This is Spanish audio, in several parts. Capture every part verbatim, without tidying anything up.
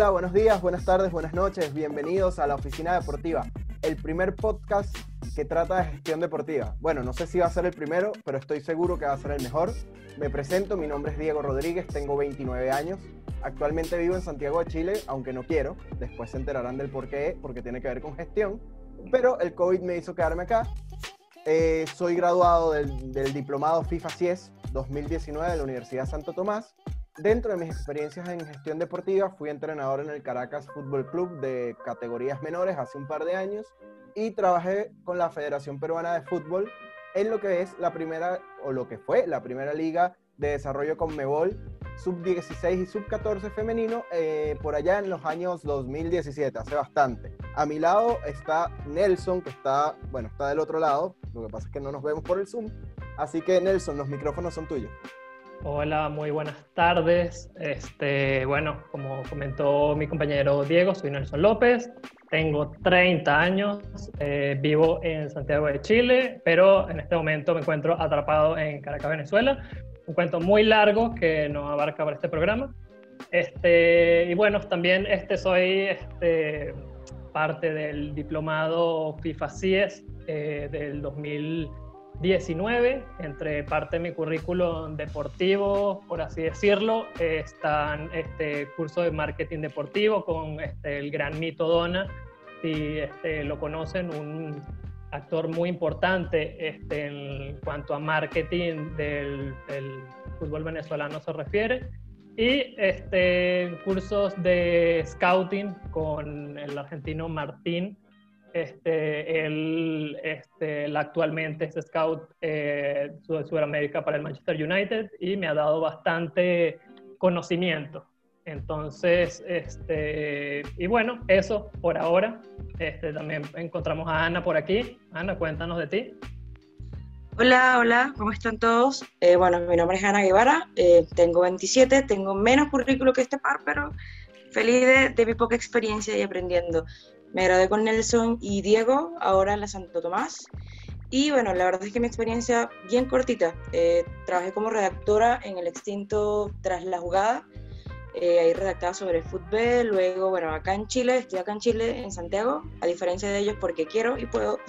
Hola, buenos días, buenas tardes, buenas noches. Bienvenidos a La Oficina Deportiva, el primer podcast que trata de gestión deportiva. Bueno, no sé si va a ser el primero, pero estoy seguro que va a ser el mejor. Me presento, mi nombre es Diego Rodríguez, tengo veintinueve años. Actualmente vivo en Santiago de Chile, aunque no quiero. Después se enterarán del por qué, porque tiene que ver con gestión. Pero el COVID me hizo quedarme acá. Eh, soy graduado del, del diplomado FIFA C I E S dos mil diecinueve de la Universidad Santo Tomás. Dentro de mis experiencias en gestión deportiva, fui entrenador en el Caracas Fútbol Club de categorías menores hace un par de años y trabajé con la Federación Peruana de Fútbol en lo que es la primera, o lo que fue la primera liga de desarrollo Conmebol sub dieciséis y sub catorce femenino eh, por allá en los años dos mil diecisiete, hace bastante. A mi lado está Nelson, que está, bueno, está del otro lado, lo que pasa es que no nos vemos por el Zoom, así que Nelson, los micrófonos son tuyos. Hola, muy buenas tardes. Este, bueno, como comentó mi compañero Diego, soy Nelson López, tengo treinta años, eh, vivo en Santiago de Chile, pero en este momento me encuentro atrapado en Caracas, Venezuela. Un cuento muy largo que no abarca para este programa. Este, y bueno, también este, soy este, parte del diplomado FIFA C I E S eh, del dos mil diecinueve. Entre parte de mi currículum deportivo, por así decirlo, eh, están este curso de marketing deportivo con este, el gran Mito Dona, si este, lo conocen, un actor muy importante este, en cuanto a marketing del, del fútbol venezolano se refiere. Y este, cursos de scouting con el argentino Martín. Este, él, este, él actualmente es scout eh, de Sudamérica para el Manchester United y me ha dado bastante conocimiento. Entonces, este, y bueno, eso por ahora. Este, también encontramos a Ana por aquí. Ana, cuéntanos de ti. Hola, hola, ¿cómo están todos? Eh, bueno, mi nombre es Ana Guevara, eh, tengo veintisiete, tengo menos currículo que este par, pero feliz de, de mi poca experiencia y aprendiendo. Me gradué con Nelson y Diego, ahora en la Santo Tomás. Y bueno, la verdad es que mi experiencia bien cortita. Eh, trabajé como redactora en el extinto Tras la Jugada. Eh, ahí redactaba sobre fútbol. Luego, bueno, acá en Chile, estoy acá en Chile, en Santiago, a diferencia de ellos porque quiero y puedo.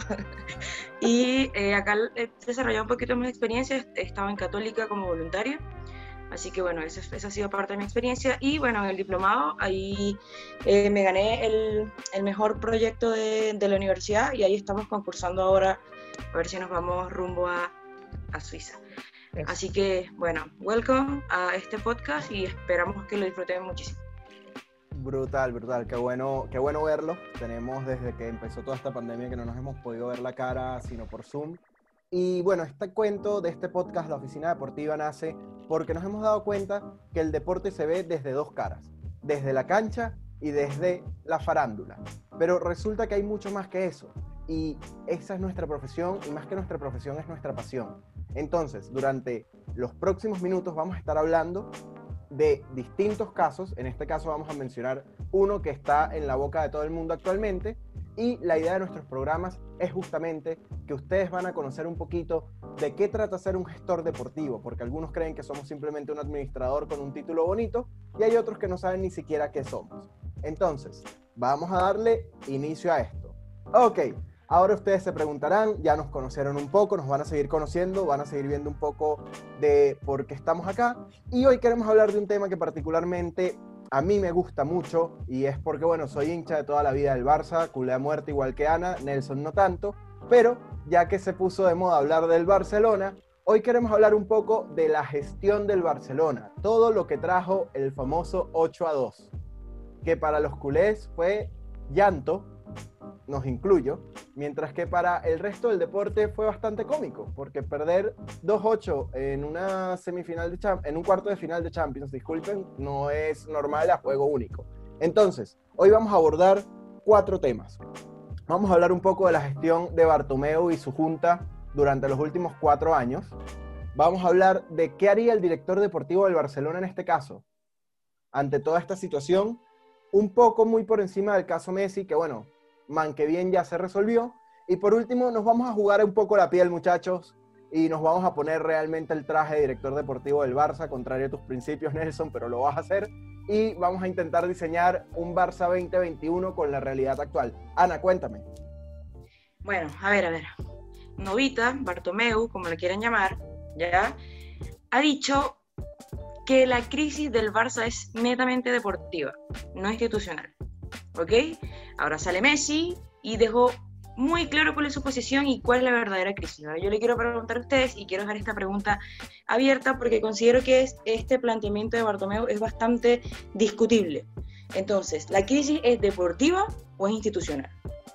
y eh, acá he desarrollado un poquito mis experiencias. He estado en Católica como voluntaria. Así que bueno, esa, esa ha sido parte de mi experiencia. Y bueno, en el diplomado, ahí eh, me gané el, el mejor proyecto de, de la universidad y ahí estamos concursando ahora a ver si nos vamos rumbo a, a Suiza. Yes. Así que bueno, welcome a este podcast y esperamos que lo disfruten muchísimo. Brutal, brutal, qué bueno, qué bueno verlo. Tenemos desde que empezó toda esta pandemia que no nos hemos podido ver la cara sino por Zoom. Y bueno, este cuento de este podcast, La Oficina Deportiva, nace porque nos hemos dado cuenta que el deporte se ve desde dos caras, desde la cancha y desde la farándula. Pero resulta que hay mucho más que eso, y esa es nuestra profesión, y más que nuestra profesión es nuestra pasión. Entonces, durante los próximos minutos vamos a estar hablando de distintos casos. En este caso vamos a mencionar uno que está en la boca de todo el mundo actualmente. Y la idea de nuestros programas es justamente que ustedes van a conocer un poquito de qué trata ser un gestor deportivo, porque algunos creen que somos simplemente un administrador con un título bonito y hay otros que no saben ni siquiera qué somos. Entonces, vamos a darle inicio a esto. Ok, ahora ustedes se preguntarán, ya nos conocieron un poco, nos van a seguir conociendo, van a seguir viendo un poco de por qué estamos acá, y hoy queremos hablar de un tema que particularmente a mí me gusta mucho, y es porque, bueno, soy hincha de toda la vida del Barça, culé a muerte igual que Ana, Nelson no tanto, pero ya que se puso de moda hablar del Barcelona, hoy queremos hablar un poco de la gestión del Barcelona, todo lo que trajo el famoso ocho a dos, que para los culés fue llanto, nos incluyo, mientras que para el resto del deporte fue bastante cómico, porque perder dos ocho en una semifinal de Champions, en un cuarto de final de Champions, disculpen, no es normal a juego único. Entonces, hoy vamos a abordar cuatro temas. Vamos a hablar un poco de la gestión de Bartomeu y su junta durante los últimos cuatro años. Vamos a hablar de qué haría el director deportivo del Barcelona en este caso, ante toda esta situación, un poco muy por encima del caso Messi, que bueno, man que bien ya se resolvió. Y por último, nos vamos a jugar un poco la piel, muchachos, y nos vamos a poner realmente el traje de director deportivo del Barça, contrario a tus principios, Nelson, pero lo vas a hacer, y vamos a intentar diseñar un Barça veinte veintiuno con la realidad actual. Ana, cuéntame. Bueno, a ver, a ver. Novita, Bartomeu, como le quieran llamar, ya, ha dicho que la crisis del Barça es netamente deportiva, no institucional, ¿ok? Ahora sale Messi y dejó muy claro cuál es su posición y cuál es la verdadera crisis. Ahora yo le quiero preguntar a ustedes y quiero dejar esta pregunta abierta porque considero que es, este planteamiento de Bartomeu es bastante discutible. Entonces, ¿la crisis es deportiva o es institucional?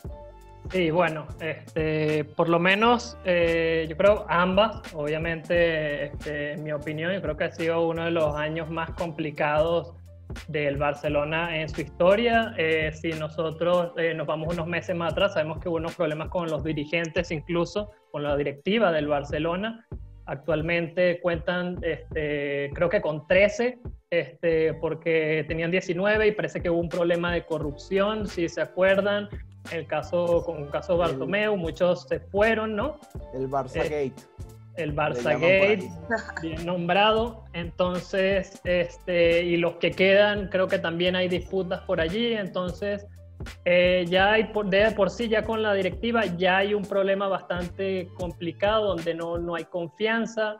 Sí, bueno, este, por lo menos eh, yo creo ambas, obviamente, este, en mi opinión, yo creo que ha sido uno de los años más complicados del Barcelona en su historia. Eh, si nosotros eh, nos vamos unos meses más atrás, sabemos que hubo unos problemas con los dirigentes, incluso con la directiva del Barcelona. Actualmente cuentan, este, creo que con trece, este, porque tenían diecinueve y parece que hubo un problema de corrupción, si se acuerdan. El caso, con el caso Bartomeu, muchos se fueron, ¿no? El Barça Eh, Gate. El Barça Gate, bien nombrado. Entonces, este, y los que quedan, creo que también hay disputas por allí. Entonces, eh, ya hay, por, de por sí, ya con la directiva, ya hay un problema bastante complicado donde no, no hay confianza.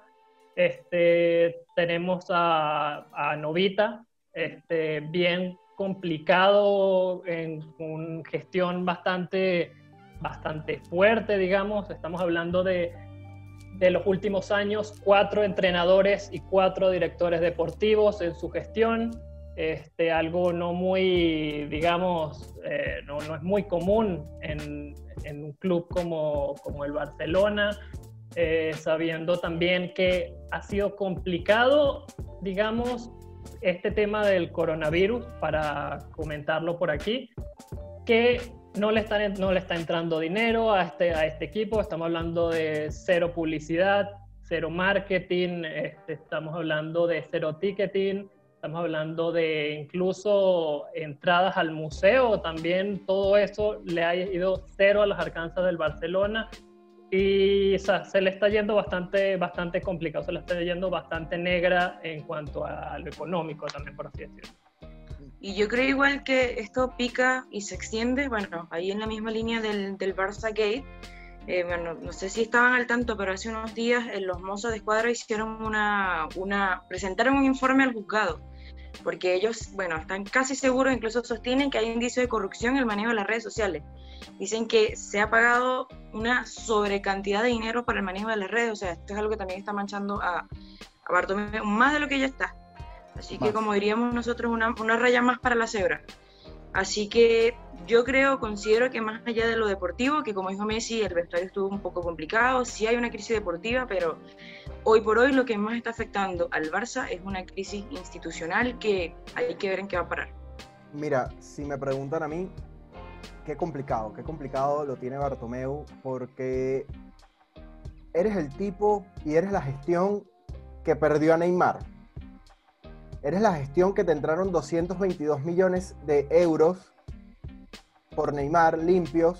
Este, tenemos a, a Novita, este, bien complicado, en una gestión bastante, bastante fuerte, digamos. Estamos hablando de, de los últimos años, cuatro entrenadores y cuatro directores deportivos en su gestión. Este, algo no muy, digamos, eh, no, no es muy común en, en un club como, como el Barcelona, eh, sabiendo también que ha sido complicado, digamos, este tema del coronavirus, para comentarlo por aquí, que no le, están, no le está entrando dinero a este, a este equipo. Estamos hablando de cero publicidad, cero marketing, este, estamos hablando de cero ticketing, estamos hablando de incluso entradas al museo, también todo eso le ha ido cero a las arcazas del Barcelona. Y o sea, se le está yendo bastante, bastante complicado, se le está yendo bastante negra en cuanto a lo económico también, por así decirlo. Y yo creo igual que esto pica y se extiende, bueno, ahí en la misma línea del, del Barça Gate. Eh, bueno, no sé si estaban al tanto, pero hace unos días eh, los mozos de escuadra hicieron una, una, presentaron un informe al juzgado, porque ellos, bueno, están casi seguros, incluso sostienen que hay indicios de corrupción en el manejo de las redes sociales. Dicen que se ha pagado una sobrecantidad de dinero para el manejo de las redes, o sea, esto es algo que también está manchando a, a Bartomeu más de lo que ya está. Así que, como diríamos nosotros, una, una raya más para la cebra. Así que yo creo, considero que más allá de lo deportivo, que como dijo Messi, el vestuario estuvo un poco complicado, sí hay una crisis deportiva, pero hoy por hoy lo que más está afectando al Barça es una crisis institucional que hay que ver en qué va a parar. Mira, si me preguntan a mí, qué complicado, qué complicado lo tiene Bartomeu, porque eres el tipo y eres la gestión que perdió a Neymar. Eres la gestión que te entraron doscientos veintidós millones de euros por Neymar limpios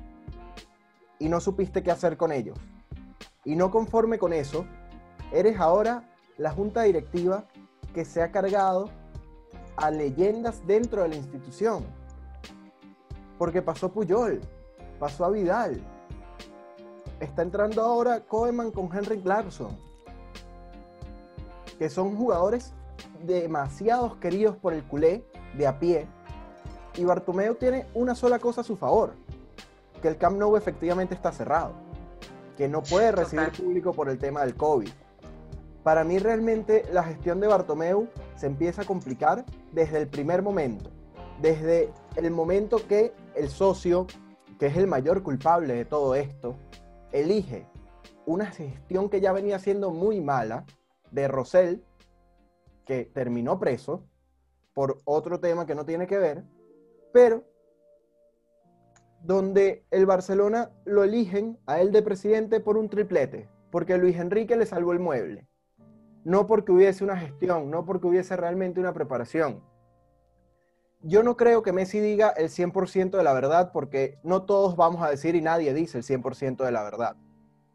y no supiste qué hacer con ellos. Y no conforme con eso, eres ahora la junta directiva que se ha cargado a leyendas dentro de la institución. Porque pasó Puyol, pasó a Vidal. Está entrando ahora Koeman con Henrik Larsson, que son jugadores demasiados queridos por el culé de a pie, y Bartomeu tiene una sola cosa a su favor, que el Camp Nou efectivamente está cerrado, que no puede recibir Total. público por el tema del COVID. Para mí realmente la gestión de Bartomeu se empieza a complicar desde el primer momento, desde el momento que el socio, que es el mayor culpable de todo esto, elige una gestión que ya venía siendo muy mala de Rosell, que terminó preso por otro tema que no tiene que ver, pero donde el Barcelona lo eligen a él de presidente por un triplete, porque Luis Enrique le salvó el mueble, no porque hubiese una gestión, no porque hubiese realmente una preparación. Yo no creo que Messi diga el cien por ciento de la verdad, porque no todos vamos a decir y nadie dice el cien por ciento de la verdad.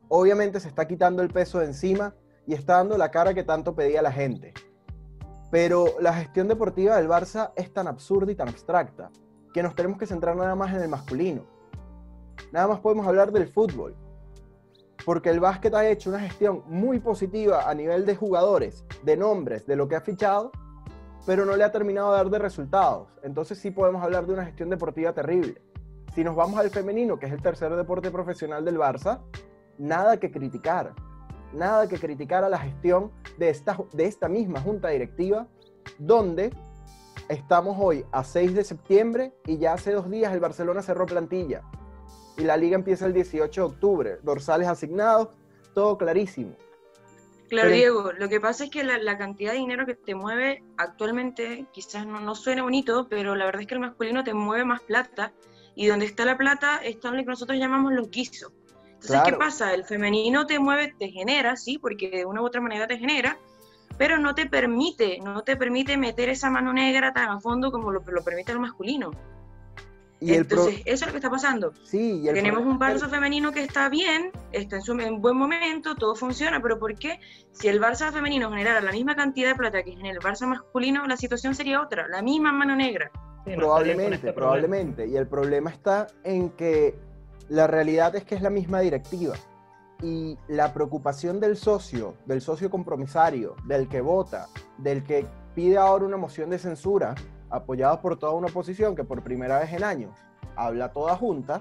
obviamente se está quitando el peso de encima y está dando la cara que tanto pedía la gente. Pero la gestión deportiva del Barça es tan absurda y tan abstracta que nos tenemos que centrar nada más en el masculino. Nada más podemos hablar del fútbol, porque el básquet ha hecho una gestión muy positiva a nivel de jugadores, de nombres, de lo que ha fichado, pero no le ha terminado de dar de resultados. Entonces sí podemos hablar de una gestión deportiva terrible. Si nos vamos al femenino, que es el tercer deporte profesional del Barça, nada que criticar. Nada que criticar a la gestión de esta, de esta misma junta directiva, donde estamos hoy a seis de septiembre y ya hace dos días el Barcelona cerró plantilla. Y la liga empieza el dieciocho de octubre, dorsales asignados, todo clarísimo. Claro, Pero... Diego, lo que pasa es que la, la cantidad de dinero que te mueve actualmente, quizás no, no suene bonito, pero la verdad es que el masculino te mueve más plata, y donde está la plata está lo que nosotros llamamos los guisos. Entonces, claro. ¿Qué pasa? El femenino te mueve, te genera, sí, porque de una u otra manera te genera, pero no te permite, no te permite meter esa mano negra tan a fondo como lo, lo permite el masculino. Y Entonces, pro... eso es lo que está pasando. Sí, y el Tenemos pro... un Barça femenino que está bien, está en, su, en buen momento, todo funciona, pero ¿por qué? Si el Barça femenino generara la misma cantidad de plata que genera el Barça masculino, la situación sería otra, la misma mano negra. Sí, probablemente, este probablemente. Y el problema está en que la realidad es que es la misma directiva. Y la preocupación del socio, del socio compromisario, del que vota, del que pide ahora una moción de censura, apoyado por toda una oposición que por primera vez en años habla toda junta,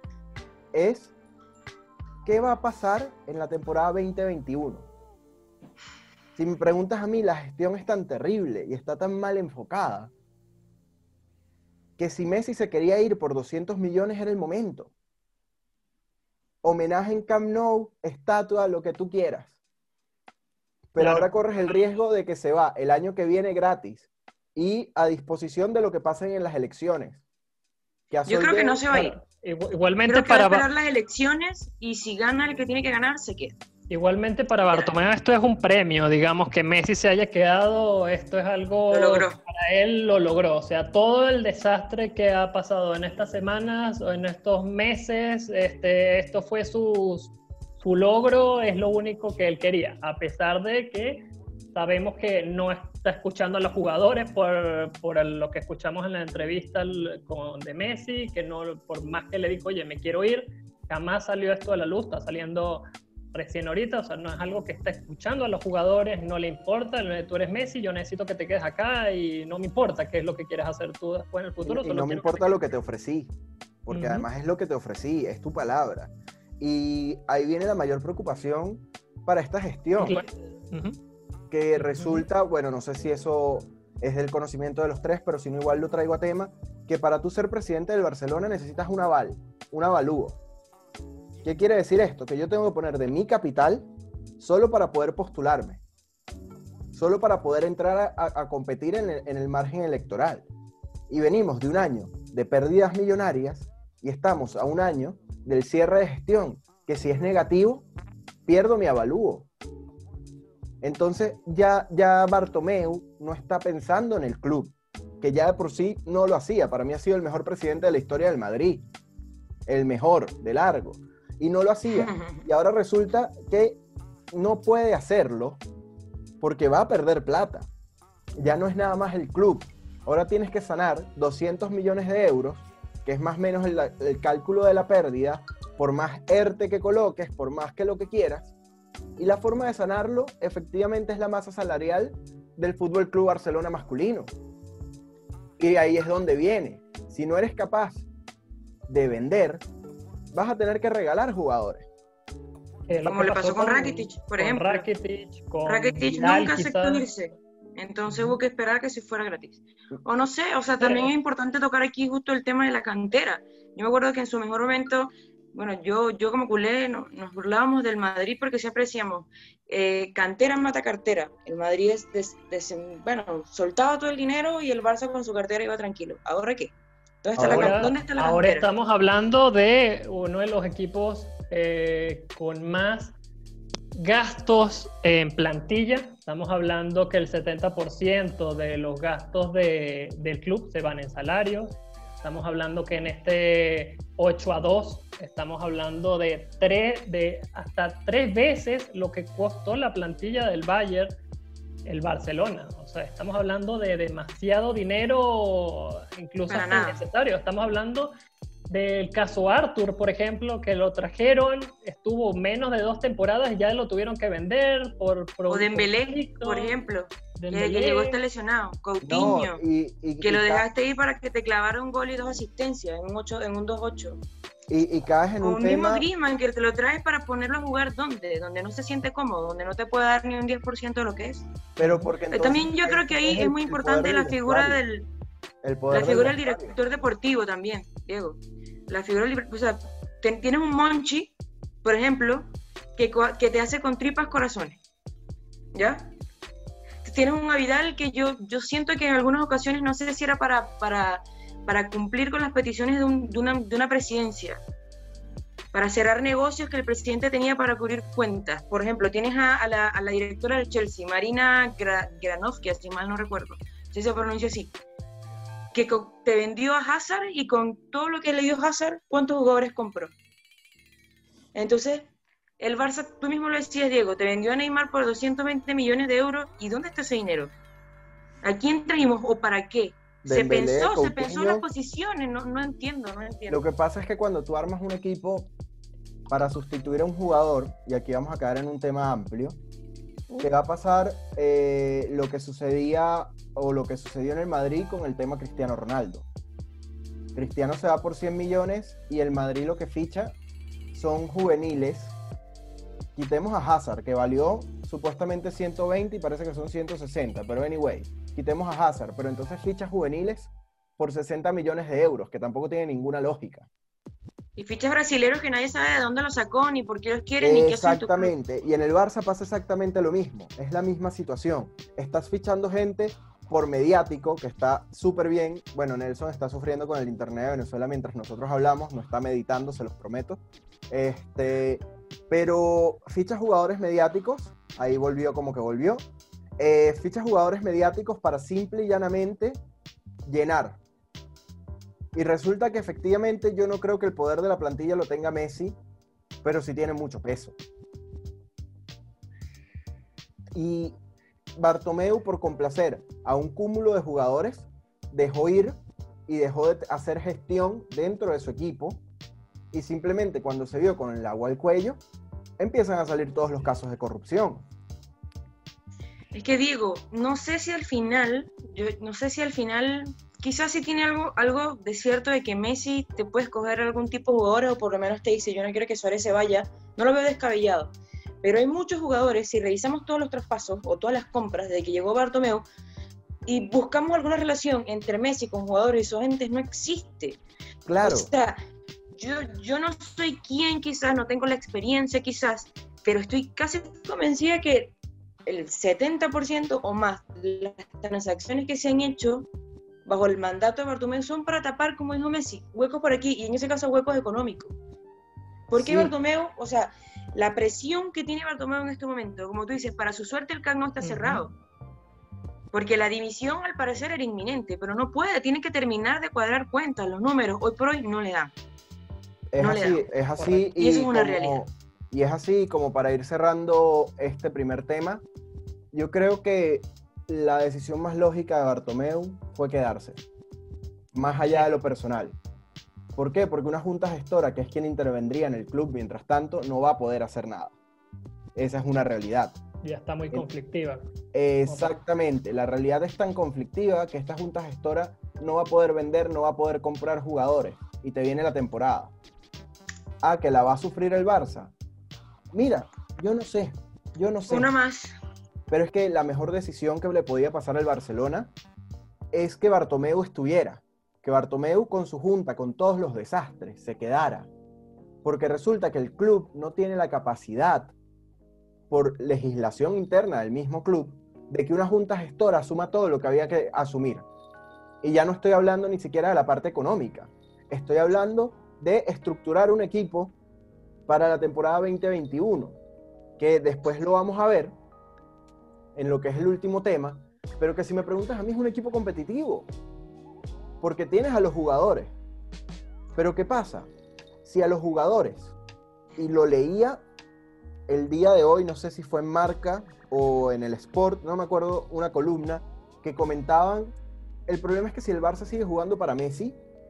es ¿qué va a pasar en la temporada veinte veintiuno? Si me preguntas a mí, la gestión es tan terrible y está tan mal enfocada que si Messi se quería ir por doscientos millones era el momento. Homenaje en Camp Nou, estatua, lo que tú quieras. Pero claro, ahora corres el riesgo de que se va el año que viene gratis y a disposición de lo que pasen en las elecciones. Que Yo creo que no se va a ir. Igualmente creo que para va a esperar las elecciones y si gana el que tiene que ganar, se queda. Igualmente para Bartomeu esto es un premio, digamos, que Messi se haya quedado, esto es algo lo logró. Para él lo logró, o sea, todo el desastre que ha pasado en estas semanas o en estos meses, este, esto fue su, su logro, es lo único que él quería, a pesar de que sabemos que no está escuchando a los jugadores por, por lo que escuchamos en la entrevista con, de Messi, que no, por más que le dijo, oye, me quiero ir, jamás salió esto a la luz, está saliendo recién ahorita, o sea, no es algo que está escuchando a los jugadores, no le importa, tú eres Messi, yo necesito que te quedes acá y no me importa qué es lo que quieres hacer tú después en el futuro. Y, y no me importa lo que te ofrecí, porque uh-huh. además es lo que te ofrecí, es tu palabra. Y ahí viene la mayor preocupación para esta gestión, uh-huh. que resulta, bueno, no sé si eso es del conocimiento de los tres, pero si no igual lo traigo a tema, que para tú ser presidente del Barcelona necesitas un aval, un avalúo. ¿Qué quiere decir esto? Que yo tengo que poner de mi capital solo para poder postularme, solo para poder entrar a, a competir en el, en el margen electoral. Y venimos de un año de pérdidas millonarias y estamos a un año del cierre de gestión, que si es negativo, pierdo mi avalúo. Entonces ya, ya Bartomeu no está pensando en el club, que ya de por sí no lo hacía. Para mí ha sido el mejor presidente de la historia del Madrid, el mejor, de largo. Y no lo hacía. Y ahora resulta que no puede hacerlo porque va a perder plata. Ya no es nada más el club. Ahora tienes que sanar doscientos millones de euros, que es más o menos el, el cálculo de la pérdida, por más ERTE que coloques, por más que lo que quieras. Y la forma de sanarlo, efectivamente, es la masa salarial del Fútbol Club Barcelona masculino. Y ahí es donde viene. Si no eres capaz de vender, vas a tener que regalar jugadores. Eh, Como le pasó con, con Rakitic, por con ejemplo. Rakitic, con Rakitic Vidal, nunca quizás. aceptó irse. Entonces hubo que esperar a que se fuera gratis. O no sé, o sea, también es importante tocar aquí justo el tema de la cantera. Yo me acuerdo que en su mejor momento, bueno, yo, yo como culé no, nos burlábamos del Madrid porque siempre decíamos, eh, cantera mata cartera. El Madrid es, des, des, bueno, soltaba todo el dinero y el Barça con su cartera iba tranquilo. ¿Ahora qué? ¿Dónde está, ahora, la, ¿dónde está la cantera? Ahora estamos hablando de uno de los equipos eh, con más gastos en plantilla. Estamos hablando que el setenta por ciento de los gastos de, del club se van en salarios. Estamos hablando que en este ocho a dos estamos hablando de, tres, de hasta tres veces lo que costó la plantilla del Bayern el Barcelona. O sea, estamos hablando de demasiado dinero, incluso innecesario. Estamos hablando del caso Arthur, por ejemplo, que lo trajeron, estuvo menos de dos temporadas y ya lo tuvieron que vender por... por o Dembélé, por ejemplo, Dembélé. Que, que llegó este lesionado, Coutinho, no, y, y, que y lo dejaste ir para que te clavara un gol y dos asistencias en un, ocho, en un dos ocho. Y, y caes en o un, un tema... mismo Griezmann, que te lo traes para ponerlo a jugar ¿dónde? Donde no se siente cómodo, donde no te puede dar ni un diez por ciento de lo que es. Pero porque entonces, también yo creo que ahí es, es muy importante la figura del... El poder la figura del, del director deportivo también, Diego. La figura del... O sea, ten, tienes un Monchi, por ejemplo, que, que te hace con tripas corazones, ¿ya? Tienes un Avidal que yo, yo siento que en algunas ocasiones no sé si era para, para, para cumplir con las peticiones de, un, de, una, de una presidencia, para cerrar negocios que el presidente tenía para cubrir cuentas. Por ejemplo, tienes a, a, la, a la directora del Chelsea, Marina Gra, Granovsky, si mal no recuerdo, si se pronuncia así, que te vendió a Hazard y con todo lo que le dio Hazard, ¿cuántos jugadores compró? Entonces, el Barça, tú mismo lo decías, Diego, te vendió a Neymar por doscientos veinte millones de euros. ¿Y dónde está ese dinero? ¿A quién trajimos o para qué? Dembélé, se pensó, Coutinho. se pensó las posiciones, no, no entiendo, no entiendo. Lo que pasa es que cuando tú armas un equipo para sustituir a un jugador, y aquí vamos a caer en un tema amplio, te va a pasar eh, lo que sucedía o lo que sucedió en el Madrid con el tema Cristiano Ronaldo. Cristiano se va por cien millones y el Madrid lo que ficha son juveniles. Quitemos a Hazard, que valió supuestamente ciento veinte y parece que son ciento sesenta, pero anyway, quitemos a Hazard, pero entonces fichas juveniles por sesenta millones de euros, que tampoco tiene ninguna lógica. Y fichas brasileños que nadie sabe de dónde los sacó, ni por qué los quieren, ni qué hacen. Exactamente, y en el Barça pasa exactamente lo mismo, es la misma situación. Estás fichando gente por mediático, que está súper bien. Bueno, Nelson está sufriendo con el internet de Venezuela mientras nosotros hablamos, no está meditando, se los prometo. Este, pero fichas jugadores mediáticos, ahí volvió como que volvió. Eh, fichas jugadores mediáticos para simple y llanamente llenar. Y resulta que efectivamente yo no creo que el poder de la plantilla lo tenga Messi, pero sí tiene mucho peso. Y Bartomeu, por complacer a un cúmulo de jugadores, dejó ir y dejó de hacer gestión dentro de su equipo, y simplemente cuando se vio con el agua al cuello, empiezan a salir todos los casos de corrupción. Es que Diego, no sé si al final, yo no sé si al final, quizás sí tiene algo, algo de cierto de que Messi te puede escoger algún tipo de jugadores, o por lo menos te dice, yo no quiero que Suárez se vaya, no lo veo descabellado. Pero hay muchos jugadores, si revisamos todos los traspasos o todas las compras desde que llegó Bartomeu y buscamos alguna relación entre Messi con jugadores y sus agentes, no existe. Claro. O sea, yo, yo no soy quien quizás, no tengo la experiencia quizás, pero estoy casi convencida que el setenta por ciento o más de las transacciones que se han hecho bajo el mandato de Bartomeu son para tapar, como dijo Messi, huecos por aquí, y en ese caso huecos económicos. ¿Por qué sí. Bartomeu? O sea, la presión que tiene Bartomeu en este momento, como tú dices, para su suerte el C A C no está cerrado. Porque la dimisión al parecer era inminente, pero no puede, tiene que terminar de cuadrar cuentas, los números, hoy por hoy no le dan. Es no así, le dan. es así. Y, y eso es una como, realidad. Y es así, como para ir cerrando este primer tema, yo creo que la decisión más lógica de Bartomeu fue quedarse, más allá de lo personal. ¿Por qué? Porque una junta gestora, que es quien intervendría en el club mientras tanto, no va a poder hacer nada. Esa es una realidad. Ya está muy conflictiva. Exactamente. La realidad es tan conflictiva que esta junta gestora no va a poder vender, no va a poder comprar jugadores. Y te viene la temporada. Ah, que la va a sufrir el Barça. Mira, yo no sé. Yo no sé. Una más. Pero es que la mejor decisión que le podía pasar al Barcelona es que Bartomeu estuviera. Que Bartomeu con su junta, con todos los desastres, se quedara. Porque resulta que el club no tiene la capacidad, por legislación interna del mismo club, de que una junta gestora asuma todo lo que había que asumir. Y ya no estoy hablando ni siquiera de la parte económica. Estoy hablando de estructurar un equipo para la temporada veinte veintiuno, que después lo vamos a ver en lo que es el último tema, pero que si me preguntas a mí es un equipo competitivo. Porque tienes a los jugadores, Pero ¿qué pasa? Si a los jugadores, y lo leía el día de hoy, no sé si fue en Marca o en el Sport, no me acuerdo, una columna, que comentaban, el problema es que si el Barça sigue jugando para Messi,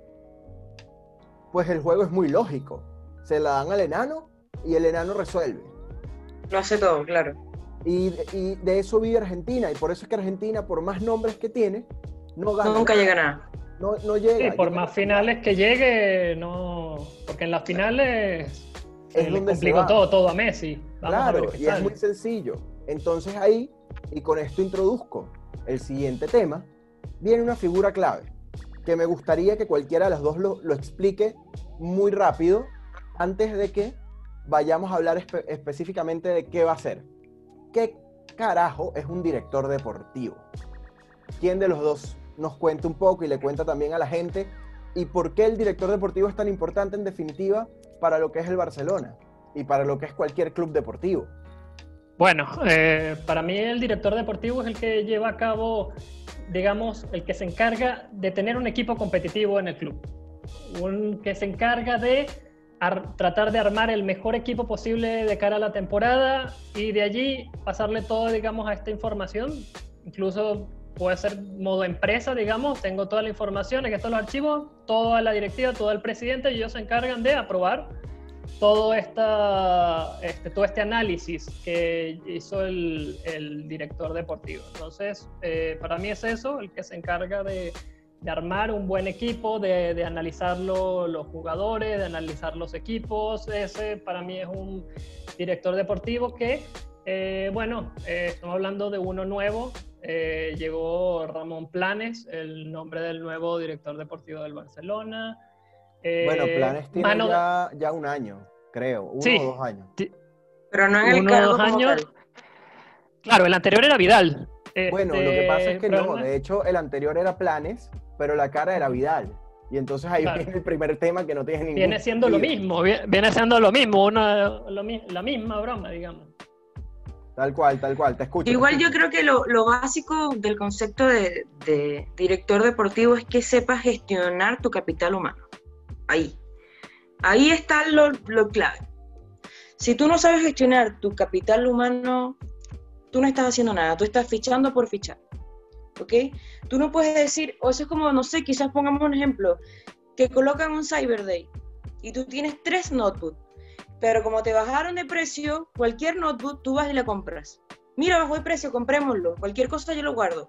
pues el juego es muy lógico. Se la dan al enano y el enano resuelve. Lo hace todo, claro. Y, y de eso vive Argentina, y por eso es que Argentina, por más nombres que tiene, no gana. Nunca llega a nada. No, no llega. Sí, por llega más finales que llegue, no, porque en las finales es eh, le donde se complicó va. todo, todo a Messi. Vamos a ver Claro, qué y es sale. muy sencillo. Entonces ahí, y con esto introduzco el siguiente tema, viene una figura clave, que me gustaría que cualquiera de las dos lo, lo explique muy rápido, antes de que vayamos a hablar espe- específicamente de qué va a ser. ¿Qué carajo es un director deportivo? ¿Quién de los dos nos cuenta un poco y le cuenta también a la gente? ¿Y por qué el director deportivo es tan importante en definitiva para lo que es el Barcelona y para lo que es cualquier club deportivo? Bueno, eh, para mí el director deportivo es el que lleva a cabo, digamos, el que se encarga de tener un equipo competitivo en el club. Un que se encarga de ar- tratar de armar el mejor equipo posible de cara a la temporada y de allí pasarle todo, digamos, a esta información. Incluso puede ser modo empresa, digamos, tengo toda la información, aquí están los archivos, toda la directiva, todo el presidente, y ellos se encargan de aprobar todo, esta, este, todo este análisis que hizo el, el director deportivo. Entonces, eh, para mí es eso, el que se encarga de, de armar un buen equipo, de, de analizar lo, los jugadores, de analizar los equipos. Ese para mí es un director deportivo que, eh, bueno, eh, estamos hablando de uno nuevo. Eh, llegó Ramón Planes, el nombre del nuevo director deportivo del Barcelona. Eh, Bueno, Planes tiene mano ya, ya un año, creo, uno Sí, o dos años. ti- Pero no en el uno o cargo dos como años. tal. Claro, el anterior era Vidal. Bueno, lo que pasa es Este, que pero no, no- de hecho el anterior era Planes, pero la cara era Vidal. Y entonces ahí Claro. viene el primer tema que no tiene ningún Viene siendo lo sentido. mismo, vi- viene siendo lo mismo, una, lo mi- la misma broma, digamos. Tal cual, tal cual, te escucho. Igual te yo escucho. creo que lo, lo básico del concepto de, de director deportivo es que sepas gestionar tu capital humano. Ahí. Ahí está lo, lo clave. Si tú no sabes gestionar tu capital humano, tú no estás haciendo nada, tú estás fichando por fichar. ¿Ok? Tú no puedes decir, o eso es como, no sé, quizás pongamos un ejemplo, que colocan un Cyber Day y tú tienes tres notebooks, pero como te bajaron de precio, cualquier notebook tú vas y la compras. Mira, bajó de precio, comprémoslo, cualquier cosa yo lo guardo.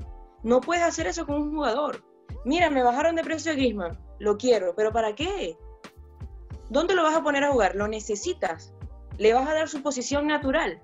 No puedes hacer eso con un jugador. Mira, me bajaron de precio Griezmann, lo quiero, pero ¿para qué? ¿Dónde lo vas a poner a jugar? Lo necesitas. Le vas a dar su posición natural.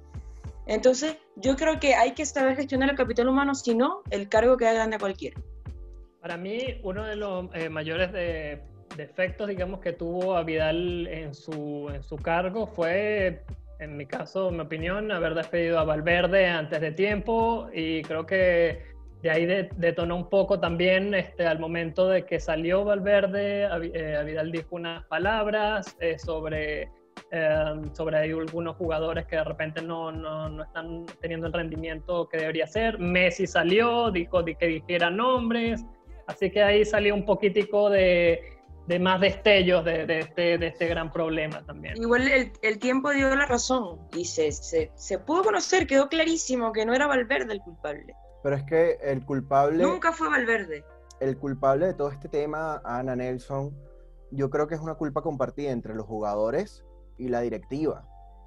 Entonces, yo creo que hay que saber gestionar el capital humano, si no, el cargo queda grande a cualquiera. Para mí, uno de los eh, mayores de, defectos, digamos, que tuvo a Vidal en su, en su cargo fue, en mi caso, en mi opinión, haber despedido a Valverde antes de tiempo, y creo que de ahí de, detonó un poco también este, al momento de que salió Valverde, a, eh, a Vidal dijo unas palabras eh, sobre, eh, sobre hay algunos jugadores que de repente no, no, no están teniendo el rendimiento que debería ser. Messi salió, dijo de que dijera nombres, así que ahí salió un poquitico de, de más destellos de, de, este, de este gran problema también. Igual el, el tiempo dio la razón y se, se, se pudo conocer, quedó clarísimo que no era Valverde el culpable. Pero es que el culpable... Nunca fue Valverde. El culpable de todo este tema, Ana, Nelson, yo creo que es una culpa compartida entre los jugadores y la directiva.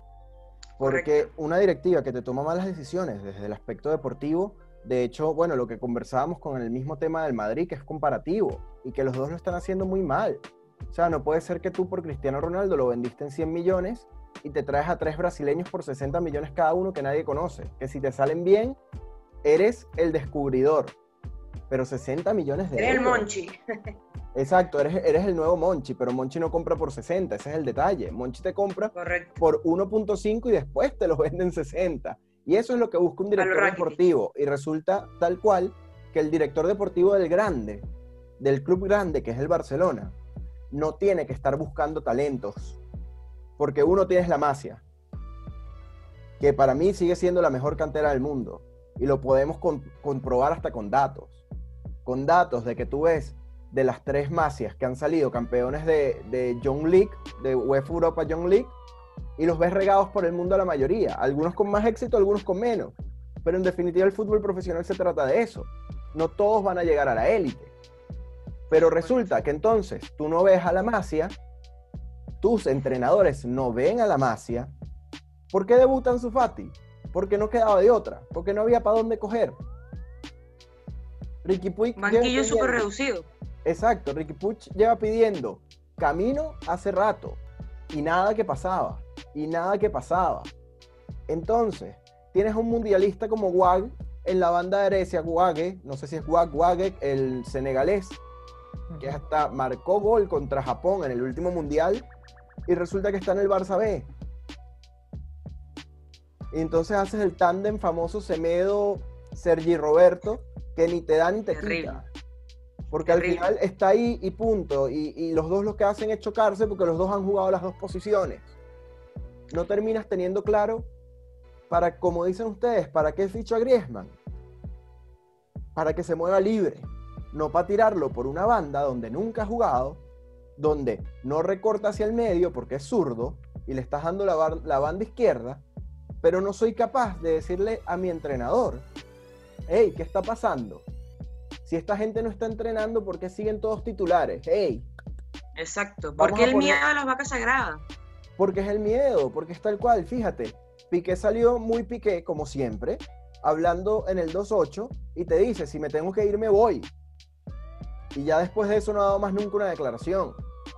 Porque Correcto. una directiva que te toma malas decisiones desde el aspecto deportivo, de hecho, bueno, lo que conversábamos con el mismo tema del Madrid, que es comparativo, y que los dos lo están haciendo muy mal. O sea, no puede ser que tú por Cristiano Ronaldo lo vendiste en cien millones y te traes a tres brasileños por sesenta millones cada uno que nadie conoce. Que si te salen bien, eres el descubridor. Pero sesenta millones de Eres el euros. Monchi. Exacto, eres, eres el nuevo Monchi, pero Monchi no compra por sesenta, ese es el detalle. Monchi te compra Correcto. por uno punto cinco y después te lo venden sesenta. Y eso es lo que busca un director Rakitic. deportivo. Y resulta tal cual que el director deportivo del grande, del club grande, que es el Barcelona, no tiene que estar buscando talentos. Porque uno tienes la Masia, que para mí sigue siendo la mejor cantera del mundo. Y lo podemos con- comprobar hasta con datos. Con datos de que tú ves de las tres Masias que han salido campeones de, de Young League, de UEFA Europa Young League, y los ves regados por el mundo a la mayoría, algunos con más éxito, algunos con menos, pero en definitiva el fútbol profesional se trata de eso, no todos van a llegar a la élite, pero resulta que entonces tú no ves a la Masia, tus entrenadores no ven a la Masia. ¿Por qué debuta Ansu Fati? Porque no quedaba de otra, porque no había para dónde coger. Riqui Puig banquillo súper reducido. Exacto, Riqui Puig lleva pidiendo camino hace rato y nada que pasaba, y nada que pasaba. Entonces, tienes a un mundialista como Wag en la banda derecha, Wague, no sé si es Wag Wague, el senegalés, que hasta marcó gol contra Japón en el último mundial y resulta que está en el Barça B. Y entonces haces el tándem famoso Semedo, Sergi Roberto, que ni te da ni te quita. Porque Terrible. Al final está ahí y punto. Y, y los dos lo que hacen es chocarse porque los dos han jugado las dos posiciones. No terminas teniendo claro, para, como dicen ustedes, ¿para qué ficho a Griezmann? Para que se mueva libre. No para tirarlo por una banda donde nunca ha jugado, donde no recorta hacia el medio porque es zurdo y le estás dando la, bar, la banda izquierda, pero no soy capaz de decirle a mi entrenador, hey, ¿qué está pasando? Si esta gente no está entrenando, ¿por qué siguen todos titulares? Hey, exacto, porque el poner... miedo a las vacas sagradas. Porque es el miedo, porque es tal cual, fíjate, Piqué salió muy Piqué, como siempre, hablando en el dos ocho, y te dice, si me tengo que ir, me voy. Y ya después de eso no ha dado más nunca una declaración.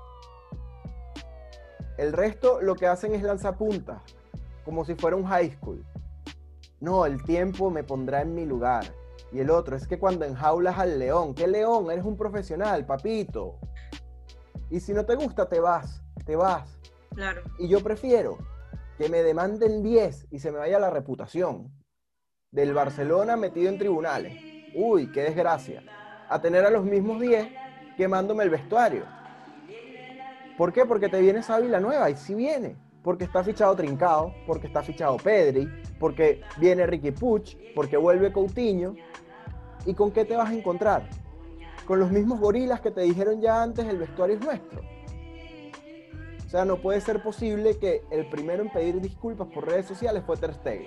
El resto lo que hacen es lanzar puntas, como si fuera un high school. No, el tiempo me pondrá en mi lugar. Y el otro, es que cuando enjaulas al león, ¿qué león? Eres un profesional, papito. Y si no te gusta, te vas, te vas. Claro. Y yo prefiero que me demanden diez y se me vaya la reputación del Barcelona metido en tribunales. Uy, qué desgracia. A tener a los mismos diez quemándome el vestuario. ¿Por qué? Porque te viene Ávila nueva, y sí viene. Porque está fichado Trincao, porque está fichado Pedri, porque viene Riqui Puig, porque vuelve Coutinho. ¿Y con qué te vas a encontrar? Con los mismos gorilas que te dijeron ya antes, el vestuario es nuestro. O sea, no puede ser posible que el primero en pedir disculpas por redes sociales fue Ter Stegen.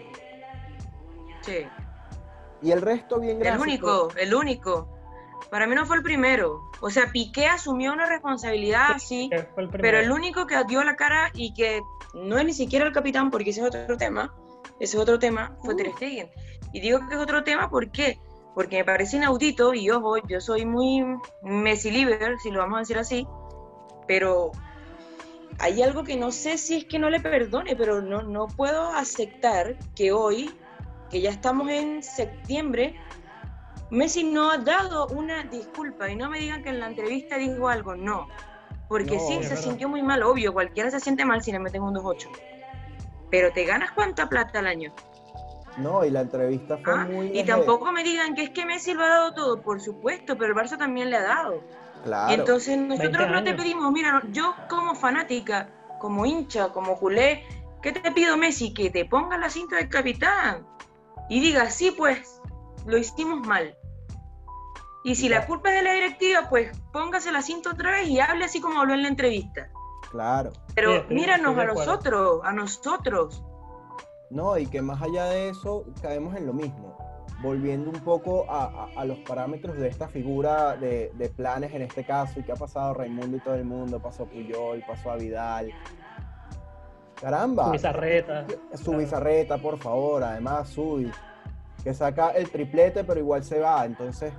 Sí. Y el resto bien gráfico. El único, el único. Para mí no fue el primero. O sea, Piqué asumió una responsabilidad, sí, el pero el único que dio la cara y que no es ni siquiera el capitán, porque ese es otro tema, ese es otro tema, fue uh. Ter Stegen. Y digo que es otro tema, ¿por qué? Porque me parece inaudito, y ojo, yo soy muy Messi liver, si lo vamos a decir así, pero hay algo que no sé si es que no le perdone, pero no, no puedo aceptar que hoy, que ya estamos en septiembre, Messi no ha dado una disculpa, y no me digan que en la entrevista dijo algo, no, porque no, sí, se verdad. Sintió muy mal, obvio, cualquiera se siente mal si le meten un dos ocho, pero ¿te ganas cuánta plata al año? No, y la entrevista fue ah, muy... Y tampoco me digan que es que Messi lo ha dado todo, por supuesto, pero el Barça también le ha dado. Claro. Entonces nosotros no te pedimos, mira, yo como fanática, como hincha, como culé, ¿qué te pido, Messi? Que te pongas la cinta del capitán y digas, sí, pues, lo hicimos mal. Y si claro. La culpa es de la directiva, pues póngase la cinta otra vez y hable así como habló en la entrevista. Claro. Pero sí, míranos a nosotros, a nosotros. No, y que más allá de eso, caemos en lo mismo. Volviendo un poco a, a, a los parámetros de esta figura de, de Planes en este caso, y que ha pasado Raimundo y todo el mundo, pasó Puyol, pasó a Vidal. Caramba. Su Bizarreta. Su Bizarreta, por favor, además Subi, que saca el triplete pero igual se va, entonces.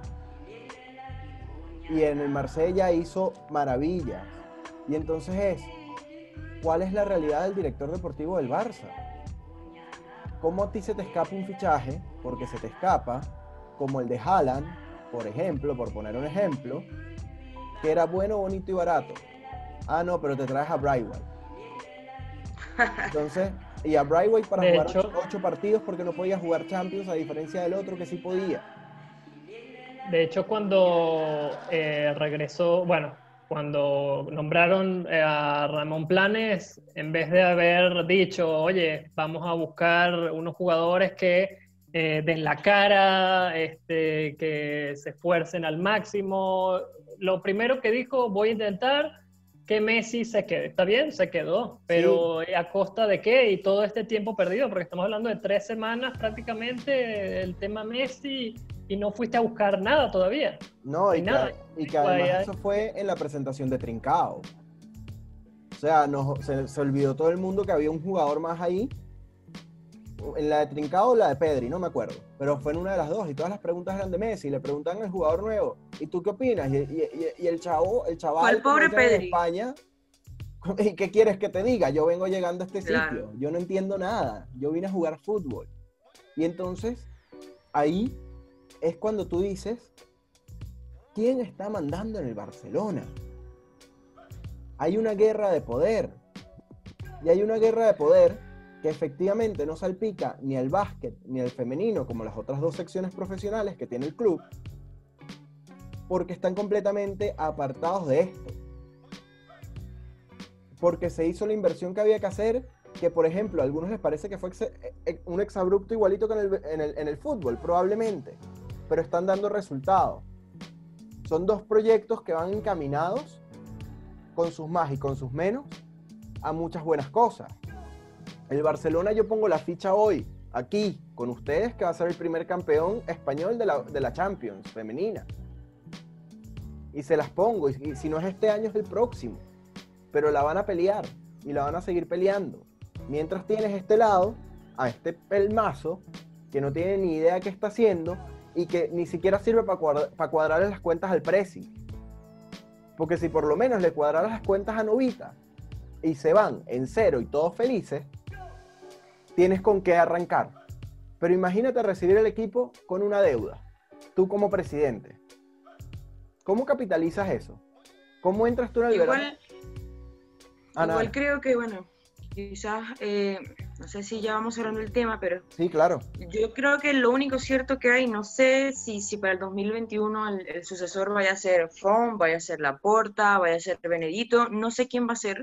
Y en el Marsella hizo maravillas. Y entonces es, ¿cuál es la realidad del director deportivo del Barça? ¿Cómo a ti se te escapa un fichaje? Porque se te escapa, como el de Haaland, por ejemplo, por poner un ejemplo, que era bueno, bonito y barato. Ah, no, pero te traes a Braithwaite. Entonces, y a Braithwaite para de jugar hecho, ocho, ocho partidos porque no podía jugar Champions, a diferencia del otro que sí podía. De hecho, cuando eh, regresó, bueno, cuando nombraron a Ramón Planes, en vez de haber dicho, oye, vamos a buscar unos jugadores que eh, den la cara, este, que se esfuercen al máximo. Lo primero que dijo, voy a intentar que Messi se quede. Está bien, se quedó, pero sí. ¿A costa de qué? Y todo este tiempo perdido, porque estamos hablando de tres semanas prácticamente el tema Messi y no fuiste a buscar nada todavía. No, y, nada. Que, y que además eso fue en la presentación de Trincao. O sea, nos, se, se olvidó todo el mundo que había un jugador más ahí. En la de Trincao o la de Pedri, no me acuerdo. Pero fue en una de las dos y todas las preguntas eran de Messi. Le preguntan al jugador nuevo, ¿y tú qué opinas? Y, y, y el chavo, el chaval el pobre Pedri. De España, ¿y qué quieres que te diga? Yo vengo llegando a este claro. sitio. Yo no entiendo nada. Yo vine a jugar fútbol. Y entonces, ahí es cuando tú dices, ¿quién está mandando en el Barcelona? Hay una guerra de poder. Y hay una guerra de poder que efectivamente no salpica ni al básquet ni al femenino como las otras dos secciones profesionales que tiene el club, porque están completamente apartados de esto. Porque se hizo la inversión que había que hacer, que por ejemplo a algunos les parece que fue ex, un exabrupto igualito que en el, en, el, en el fútbol, probablemente, pero están dando resultados. Son dos proyectos que van encaminados, con sus más y con sus menos, a muchas buenas cosas. El Barcelona, yo pongo la ficha hoy, aquí, con ustedes, que va a ser el primer campeón español de la, de la Champions femenina. Y se las pongo, y, y si no es este año, es el próximo. Pero la van a pelear, y la van a seguir peleando. Mientras tienes este lado, a este pelmazo, que no tiene ni idea qué está haciendo, y que ni siquiera sirve para cuadra, para cuadrarle las cuentas al Presi. Porque si por lo menos le cuadraras las cuentas a Novita, y se van en cero y todos felices, tienes con qué arrancar. Pero imagínate recibir el equipo con una deuda, tú como presidente. ¿Cómo capitalizas eso? ¿Cómo entras tú en el igual, verano? Ah, igual nada. Creo que, bueno, quizás, eh, no sé si ya vamos hablando del tema, pero... Sí, claro. Yo creo que lo único cierto que hay, no sé si, si para el dos mil veintiuno el, el sucesor vaya a ser Font, vaya a ser Laporta, vaya a ser Benedito, no sé quién va a ser.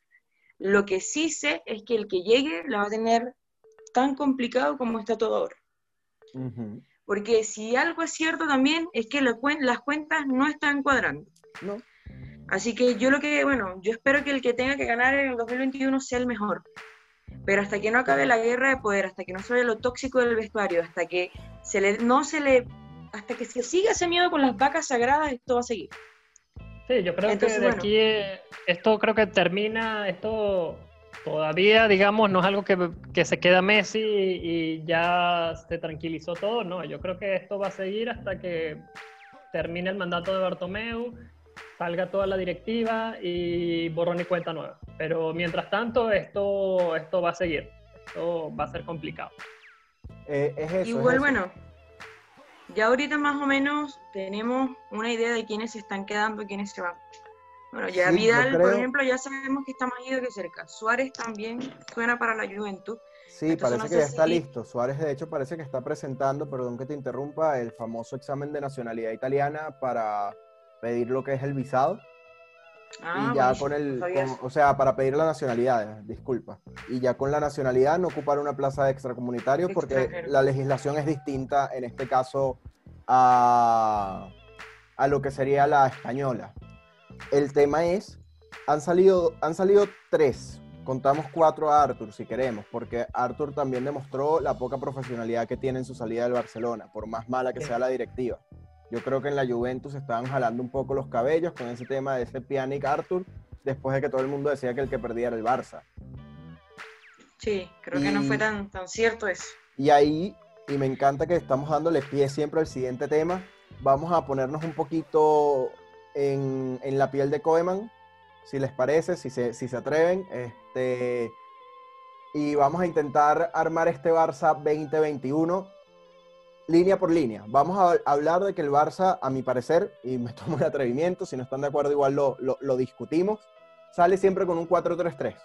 Lo que sí sé es que el que llegue la va a tener tan complicado como está todo ahora. Uh-huh. Porque si algo es cierto también es que la cuen- las cuentas no están cuadrando. No. Así que yo lo que, bueno, yo espero que el que tenga que ganar en el dos mil veintiuno sea el mejor. Pero hasta que no acabe la guerra de poder, hasta que no se vea lo tóxico del vestuario, hasta que se le, no se le, hasta que se siga ese miedo con las vacas sagradas, esto va a seguir. Sí, yo creo Entonces, que de bueno. aquí eh, esto creo que termina, esto todavía, digamos, no es algo que, que se queda Messi y, y ya se tranquilizó todo, no, yo creo que esto va a seguir hasta que termine el mandato de Bartomeu, salga toda la directiva y borrón y cuenta nueva. Pero mientras tanto, esto, esto va a seguir, esto va a ser complicado. Eh, es eso, Igual, es eso. bueno, ya ahorita más o menos tenemos una idea de quiénes se están quedando, quiénes se van. Bueno, ya sí, Vidal, creo... por ejemplo, ya sabemos que está más ido que cerca. Suárez también suena para la Juventus. Sí, Entonces, parece no que ya si... está listo. Suárez, de hecho, parece que está presentando, perdón que te interrumpa, el famoso examen de nacionalidad italiana para pedir lo que es el visado. Ah, y ya bueno, con el, no con, o sea, para pedir la nacionalidad, disculpa. Y ya con la nacionalidad no ocupar una plaza de extracomunitario porque la legislación es distinta en este caso a, a lo que sería la española. El tema es, han salido, han salido tres, contamos cuatro a Arthur si queremos, porque Arthur también demostró la poca profesionalidad que tiene en su salida del Barcelona, por más mala que sea la directiva. Yo creo que en la Juventus estaban jalando un poco los cabellos con ese tema de ese Pjanic Arthur, después de que todo el mundo decía que el que perdía era el Barça. Sí, creo y, que no fue tan, tan cierto eso. Y ahí, y me encanta que estamos dándole pie siempre al siguiente tema, vamos a ponernos un poquito en, en la piel de Koeman, si les parece, si se, si se atreven, este, y vamos a intentar armar este Barça veinte veintiuno línea por línea. Vamos a hablar de que el Barça, a mi parecer, y me tomo el atrevimiento, si no están de acuerdo igual lo, lo, lo discutimos, sale siempre con un cuatro tres tres.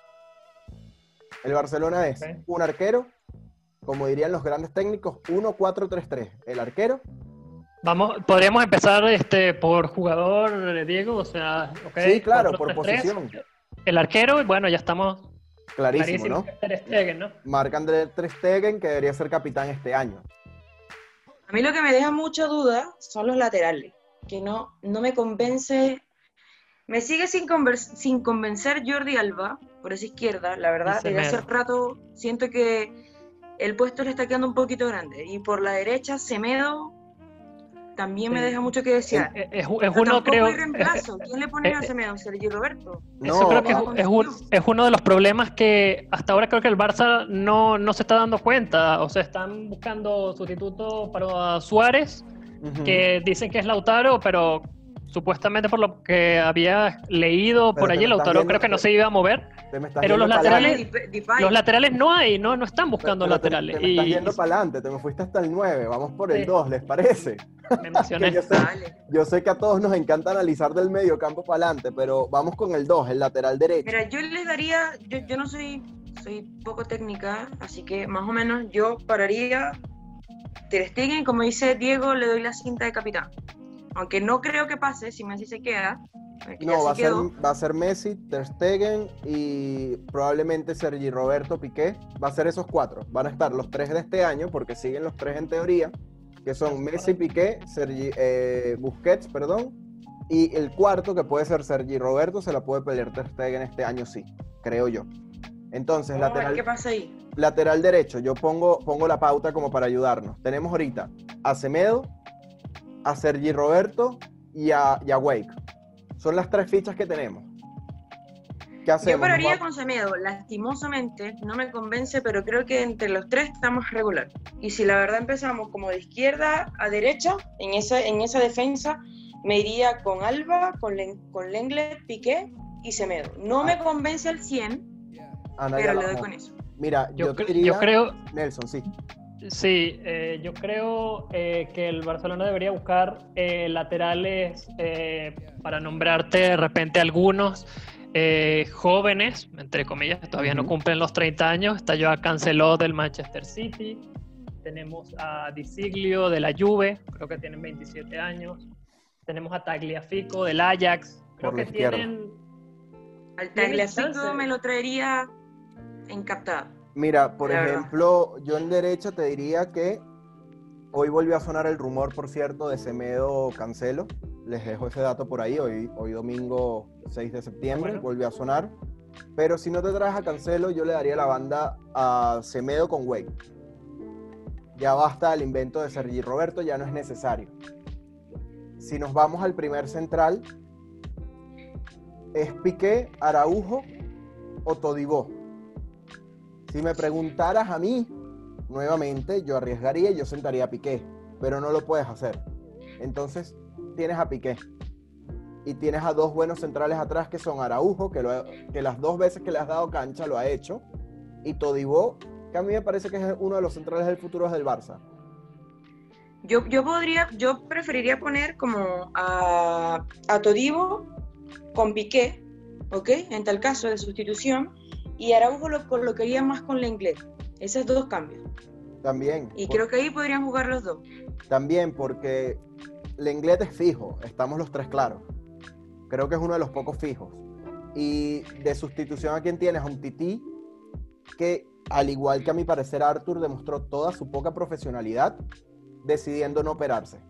El Barcelona es okay. un arquero, como dirían los grandes técnicos, uno cuatro tres tres. El arquero. Vamos, podríamos empezar este, por jugador, Diego, o sea, okay, sí, claro, por posición. El arquero, bueno, ya estamos clarísimo, ¿no? Ter Stegen, ¿no? Marc-André Ter Stegen, que debería ser capitán este año. A mí lo que me deja mucha duda son los laterales, que no, no me convence, me sigue sin, conver- sin convencer Jordi Alba por esa izquierda, la verdad, desde hace rato siento que el puesto le está quedando un poquito grande, y por la derecha Semedo también me Sí. deja mucho que desear. Es, es, es Pero uno, tampoco creo... hay reemplazo. es- ¿Quién le pone a es- Semedo? ¿Sergi Roberto? Eso No, creo que es, va- es un- es uno de los problemas que hasta ahora creo que el Barça no, no se está dando cuenta. O sea, están buscando sustituto para Suárez, Ujú. que dicen que es Lautaro, pero supuestamente por lo que había leído Pero por te allí, me estás Lautaro yendo- creo que no se iba a mover. Te me estás Pero yendo los para laterales- adelante. Dep- Depay. Los laterales no hay, no, no están Pero- buscando pero te- laterales. Te, me estás y, yendo y- para adelante, te me fuiste hasta el nueve, vamos por el Sí. dos, ¿les parece? me emocioné. Que yo sé, Vale. yo sé que a todos nos encanta analizar del medio campo para adelante, pero vamos con el dos, el lateral derecho. Mira, yo les daría, yo, yo no soy, soy poco técnica, así que más o menos yo pararía Ter Stegen, como dice Diego, le doy la cinta de capitán. Aunque no creo que pase si Messi se queda. porque ya No, se va a, ser, quedó. va a ser Messi, Ter Stegen y probablemente Sergi Roberto Piqué. Va a ser esos cuatro. Van a estar los tres de este año, porque siguen los tres en teoría, que son Messi, Piqué, Sergi, eh, Busquets, perdón, y el cuarto, que puede ser Sergi Roberto, se la puede pelear Ter Stegen este año, sí, creo yo. Entonces, Vamos a ver lateral, qué pasa ahí. lateral derecho, yo pongo, pongo la pauta como para ayudarnos. Tenemos ahorita a Semedo, a Sergi Roberto y a, y a Wake. Son las tres fichas que tenemos. ¿Qué hacemos? Yo pararía Nos va- con Semedo, lastimosamente, no me convence, pero creo que entre los tres estamos regular. Y si la verdad empezamos como de izquierda a derecha, en esa, en esa defensa, me iría con Alba, con, Len, con Lenglet, Piqué y Semedo. No me convence al cien, Ana, ya pero la le doy vamos. con eso. Mira, yo, Yo, te cre- diría... yo creo, Nelson, sí. sí, eh, yo creo eh, que el Barcelona debería buscar eh, laterales eh, para nombrarte de repente algunos eh, jóvenes, entre comillas, que todavía no Ujú. cumplen los treinta años. Está Joao Cancelo del Manchester City, tenemos a Di Siglio de la Juve, creo que tienen veintisiete años, tenemos a Tagliafico del Ajax, creo Por la que izquierda. tienen... Al Tiene Tagliafico chance. me lo traería encaptado. Mira, por La verdad. ejemplo, yo en derecha te diría que hoy volvió a sonar el rumor, por cierto, de Semedo Cancelo. Les dejo ese dato por ahí. Hoy, hoy domingo seis de septiembre Bueno. volvió a sonar. Pero si no te traes a Cancelo, yo le daría la banda a Semedo con Wake. Ya basta el invento de Sergi Roberto, ya no es necesario. Si nos vamos al primer central, ¿es Piqué, Araujo o Todibó? Si me preguntaras a mí, nuevamente, yo arriesgaría y yo sentaría a Piqué, pero no lo puedes hacer. Entonces, tienes a Piqué. Y tienes a dos buenos centrales atrás que son Araujo, que, lo ha- que las dos veces que le has dado cancha lo ha hecho, y Todibó, que a mí me parece que es uno de los centrales del futuro del Barça. Yo, yo podría, yo preferiría poner como a, a Todibo con Piqué, ¿ok? En tal caso de sustitución, y Araujo lo colocaría más con Lenglet. Esos dos cambios. También. Y por- creo que ahí podrían jugar los dos. También porque Lenglet es fijo, estamos los tres claros. Creo que es uno de los pocos fijos. Y de sustitución a quien tienes a un Tití que, al igual que a mi parecer Arthur, demostró toda su poca profesionalidad decidiendo no operarse.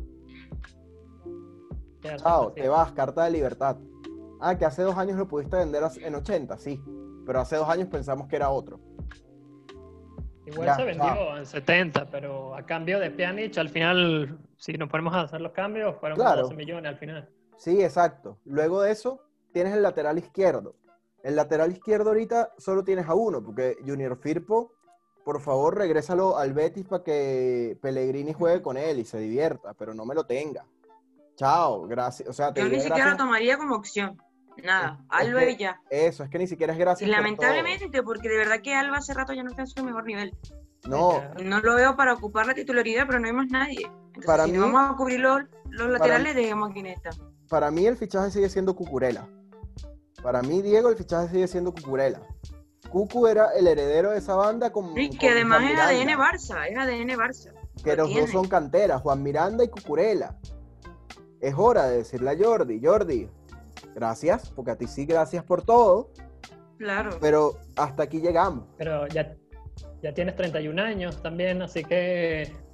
Chao, te vas, carta de libertad. Ah, que hace dos años lo pudiste vender en ochenta, sí. Pero hace dos años pensamos que era otro. Igual Ya, se vendió chao. en setenta, pero a cambio de Pjanic, al final, si nos ponemos a hacer los cambios, fueron como Claro. doce millones al final. Sí, exacto. Luego de eso, tienes el lateral izquierdo. El lateral izquierdo ahorita solo tienes a uno, porque Junior Firpo, por favor, regrésalo al Betis para que Pellegrini juegue con él y se divierta, pero no me lo tenga. Chao, gracias. O sea, te Yo ni diré siquiera gracias. lo tomaría como opción. Nada, Es- es Alba que- y ya. Eso, es que ni siquiera es Y gracias por lamentablemente, porque de verdad que Alba hace rato ya no está en su mejor nivel. todo. No, No lo veo para ocupar la titularidad, pero no hay más nadie. Entonces, Para si mí- no vamos a cubrir los, los laterales, dejemos a quien está. para mí el fichaje sigue siendo Cucurella. Para mí, Diego, el fichaje sigue siendo Cucurella. Cucu era el heredero de esa banda con, Sí, con que además Juan es A D N Miranda, Barça, es A D N Barça. que Lo los tiene. dos son canteras, Juan Miranda y Cucurella. Es hora de decirle a Jordi, Jordi, gracias, porque a ti sí gracias por todo, Claro. pero hasta aquí llegamos. Pero ya, ya tienes treinta y un años también, así que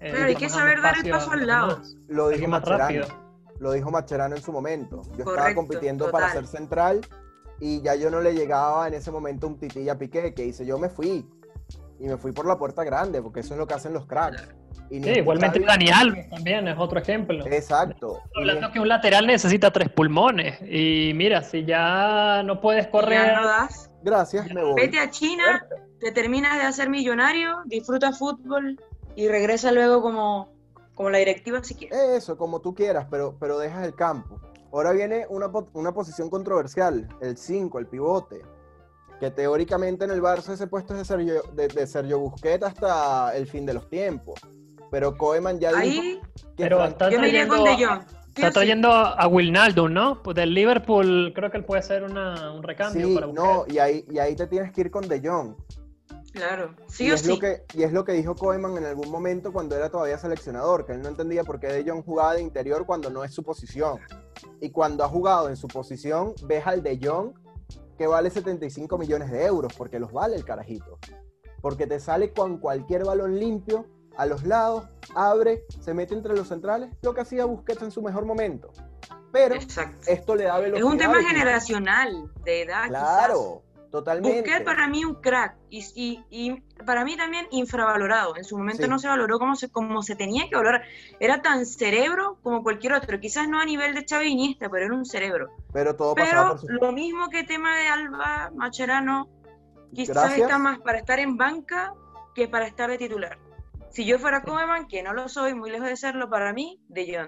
eh, Claro, hay estamos que dando saber dar el espacio a paso al los lado. demás. Lo dijo Alguien más rápido. Macherano. Lo dijo Macherano en su momento. Yo estaba Correcto, compitiendo total. para ser central y ya yo no le llegaba en ese momento un titilla a Piqué, que hice, yo me fui. Y me fui por la puerta grande, porque eso es lo que hacen los cracks. Sí, Iniesta y igualmente Xavi- Dani Alves también es otro ejemplo. Exacto. Hablando Iniesta- que un lateral necesita tres pulmones. Y mira, si ya no puedes Y correr, ya no das. Gracias, me voy. Vete a China, te terminas de hacer millonario, disfruta fútbol y regresa luego como, como la directiva si quieres. Eso, como tú quieras, pero, pero dejas el campo. Ahora viene una, po- una posición controversial, el cinco, el pivote, que teóricamente en el Barça ese puesto es de Sergio, de, de Sergio Busquets hasta el fin de los tiempos. Pero Koeman ya dijo Ahí que pero Frank- está yo me iría con trayendo, De Jong. Sí está o sí. trayendo a Wijnaldum, ¿no? Pues del Liverpool creo que él puede ser una, un recambio sí, para no, Busquets. y ahí, y ahí te tienes que ir con De Jong. Claro, sí y, o es lo sí. que, y es lo que dijo Koeman en algún momento cuando era todavía seleccionador, que él no entendía por qué De Jong jugaba de interior cuando no es su posición. Y cuando ha jugado en su posición, ves al De Jong que vale setenta y cinco millones de euros, porque los vale el carajito. Porque te sale con cualquier balón limpio, a los lados, abre, se mete entre los centrales, lo que hacía Busquets en su mejor momento. Pero Exacto. esto le da velocidad. Es un tema al equipo. generacional, de edad. Claro, Quizás. totalmente. Busquets para mí un crack y, y, y para mí también infravalorado. En su momento Sí. no se valoró como se, como se tenía que valorar. Era tan cerebro como cualquier otro. Quizás no a nivel de Xavi Iniesta, pero era un cerebro. Pero todo pasaba Pero por su... lo mismo que tema de Alba, Macherano, quizás Gracias. está más para estar en banca que para estar de titular. Si yo fuera Koeman, que no lo soy, muy lejos de serlo, para mí, De Jong.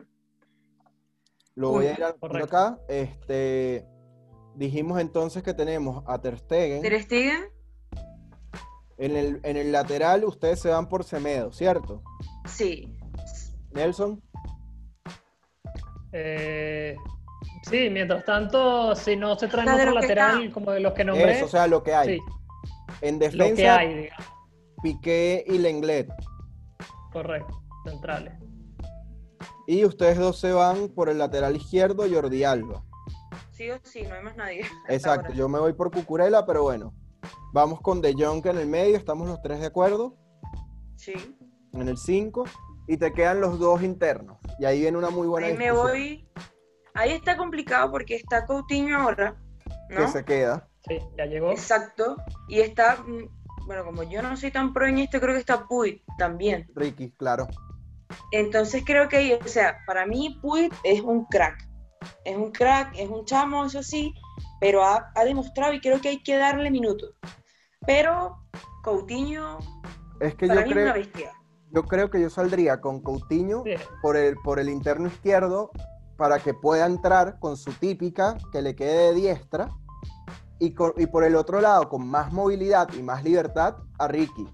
Lo voy a ir Correcto. anotando acá. Este, dijimos entonces que tenemos a Ter Stegen. Ter Stegen, En el, en el lateral ustedes se van por Semedo, ¿cierto? sí. Nelson. Eh, sí, mientras tanto, si no se traen O sea, de otro los que lateral están. como de los que nombré, Eso, o sea, lo que hay. sí, En lo que defensa, hay, digamos, Piqué y Lenglet. correcto, centrales. Y ustedes dos se van por el lateral izquierdo, Jordi Alba. Sí o sí, no hay más nadie. hasta Exacto, ahora. yo me voy por Cucurella, pero bueno. Vamos con De Jong en el medio, estamos los tres de acuerdo. Sí. En el cinco. Y te quedan los dos internos. Y ahí viene una muy buena Ahí me discusión voy. Ahí está complicado porque está Coutinho ahora, ¿no? que se queda. Sí, ya llegó. Exacto. Y está, mm, bueno, como yo no soy tan pro en esto, creo que está Puig también. Ricky, claro. Entonces creo que, o sea, para mí Puig es un crack. Es un crack, es un chamo, eso sí, pero ha, ha demostrado y creo que hay que darle minutos. Pero Coutinho, Es que para yo mí es una creo, bestia. yo creo que yo saldría con Coutinho Sí. por el, por el interno izquierdo para que pueda entrar con su típica, que le quede de diestra, y, con- y por el otro lado, con más movilidad y más libertad, a Ricky.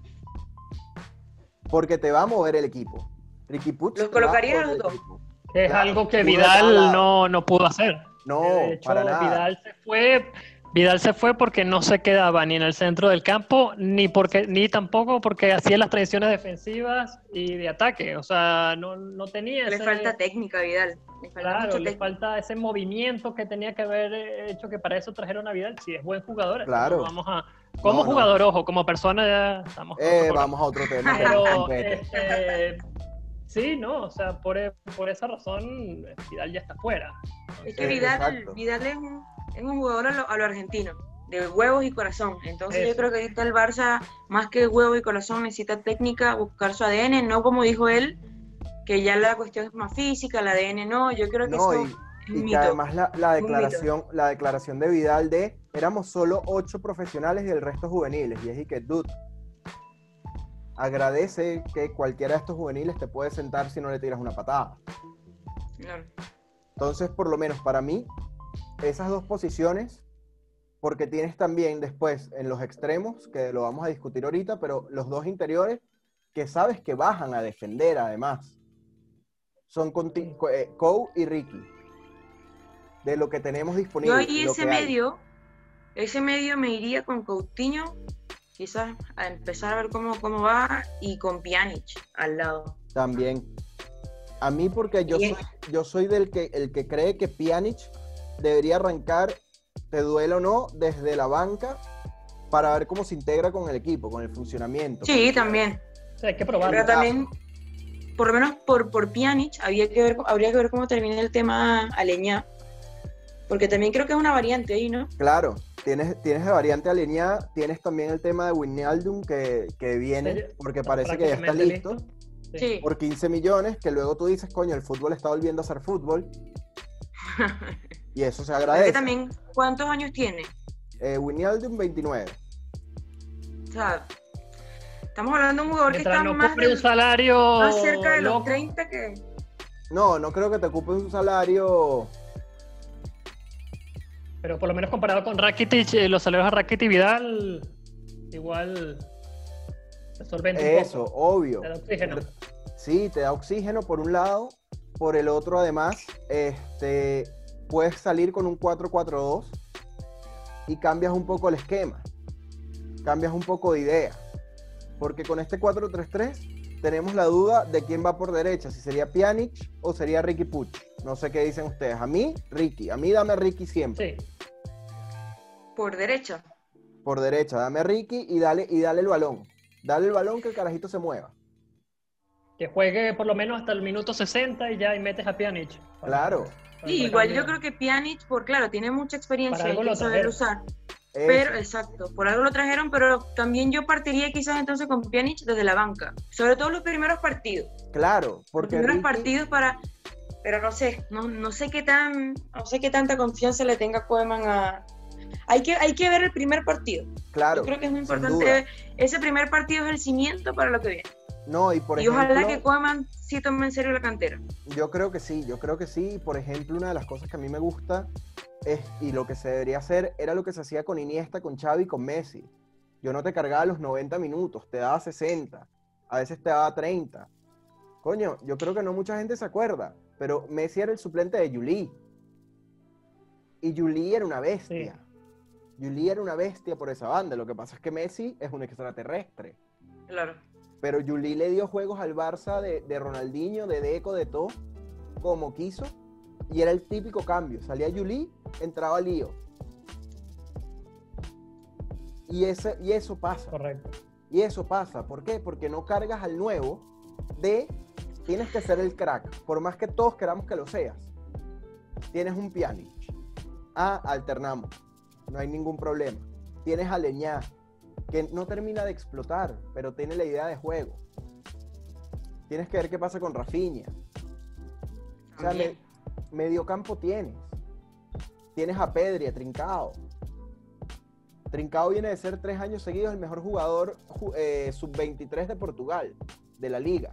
Porque te va a mover el equipo. Ricky Puig Los te va a colocaría mover los el dos. equipo. Que es Claro, algo que uno de cada Vidal lado. no, no pudo hacer. No, de hecho, para nada. Vidal se fue, Vidal se fue porque no se quedaba ni en el centro del campo, ni porque, ni tampoco porque hacía las transiciones defensivas y de ataque. O sea, no, no tenía Le ese, falta técnica, Vidal. Le falta claro, mucho le técnica. falta ese movimiento que tenía que haber hecho, que para eso trajeron a Vidal. Si es buen jugador, eso Claro. no lo vamos a, como No, no. jugador, ojo, como persona ya estamos. Eh, otro vamos a otro tema. que nos Pero, compete. este, sí, no, o sea, por, por esa razón, Vidal ya está fuera. Es que Eh, Vidal, exacto. Vidal es, un, es un jugador a lo, a lo argentino, de huevos y corazón. Entonces Eso. yo creo que ahorita el Barça, más que huevo y corazón, necesita técnica, buscar su A D N, no como dijo él, que ya la cuestión es más física, el A D N no, yo creo que No, eso y, es y un que mito. además la, la Un declaración, la declaración de Vidal de éramos solo ocho profesionales y el resto juveniles. Y es y que, dude, agradece que cualquiera de estos juveniles te puede sentar si no le tiras una patada. Claro. Entonces, por lo menos para mí, esas dos posiciones, porque tienes también después en los extremos, que lo vamos a discutir ahorita, pero los dos interiores que sabes que bajan a defender además, son conti- Co- eh, Cou y Ricky, de lo que tenemos Yo disponible. ahí lo ese que hay. medio, ese medio me iría con Coutinho, quizás a empezar a ver cómo, cómo va, y con Pjanic al lado. También. A mí porque yo Y- soy, yo soy del que, el que cree que Pjanic debería arrancar, te duele o no, desde la banca para ver cómo se integra con el equipo, con el funcionamiento. Sí, también. O sea, hay que probarlo. Pero también por lo menos por, por Pjanic, había que ver, habría que ver cómo termina el tema Aleñá, porque también creo que es una variante ahí, ¿no? Claro, tienes, tienes de variante alineada, tienes también el tema de Wijnaldum que, que viene, Sí, porque está parece que ya está prácticamente listo, listo. Sí. por quince millones, que luego tú dices, coño, el fútbol está volviendo a ser fútbol, y eso se Porque agradece. también, ¿cuántos años tiene? Eh, Wijnaldum, veintinueve. O sea, estamos hablando de un jugador Mientras que está no más, cobre de, un salario más cerca de los loco, treinta que... No, no creo que te ocupe un salario... pero por lo menos comparado con Rakitic, eh, los salarios a Rakitic y Vidal, igual se solventa un Eso, poco. obvio. Te da oxígeno. Sí, te da oxígeno por un lado, por el otro además, este, puedes salir con un cuatro cuatro dos y cambias un poco el esquema, cambias un poco de idea, porque con este cuatro tres tres tenemos la duda de quién va por derecha, si sería Pjanic o sería Riqui Puig. No sé qué dicen ustedes. A mí, Ricky. A mí dame a Ricky siempre. Sí, Por derecha. Por derecha, dame a Ricky y dale, y dale el balón. Dale el balón que el carajito se mueva. que juegue por lo menos hasta el minuto sesenta y ya y metes a Pjanic. Para- Claro. para Sí, el igual recambio. yo creo que Pjanic, por claro, tiene mucha experiencia Para y algo hay que lo saber trajeron. usar. Eso. Pero, exacto, por algo lo trajeron, pero también yo partiría quizás entonces con Pjanic desde la banca. Sobre todo los primeros partidos. Claro, Los porque primeros Ricky- partidos para... Pero no sé, no, no sé qué tan, no sé qué tanta confianza le tenga Koeman a... Hay que, hay que ver el primer partido. claro, Yo creo que es muy sin importante. duda. Ese primer partido es el cimiento para lo que viene. No, y por y ejemplo, ojalá que Koeman sí tome en serio la cantera. yo creo que sí, yo creo que sí. Por ejemplo, una de las cosas que a mí me gusta es, y lo que se debería hacer, era lo que se hacía con Iniesta, con Xavi y con Messi. Yo no te cargaba los noventa minutos, te daba sesenta, a veces te daba treinta. Coño, yo creo que no mucha gente se acuerda, pero Messi era el suplente de Juli. Y Juli era una bestia. Juli era una bestia por esa banda. Lo que pasa es que Messi es un extraterrestre. Claro. Pero Juli le dio juegos al Barça de, de Ronaldinho, de Deco, de todo, como quiso. Y era el típico cambio. Salía Juli, entraba Lío. Y, ese, y eso pasa. Correcto. Y eso pasa. ¿Por qué? Porque no cargas al nuevo de tienes que ser el crack. Por más que todos queramos que lo seas. Tienes un Pjanic. Ah, alternamos. No hay ningún problema. Tienes a Aleñá, que no termina de explotar, pero tiene la idea de juego. Tienes que ver qué pasa con Rafinha. O sea, me, medio campo tienes. Tienes a Pedri, a Trincao. Trincao viene de ser tres años seguidos el mejor jugador eh, sub veintitrés de Portugal, de la liga.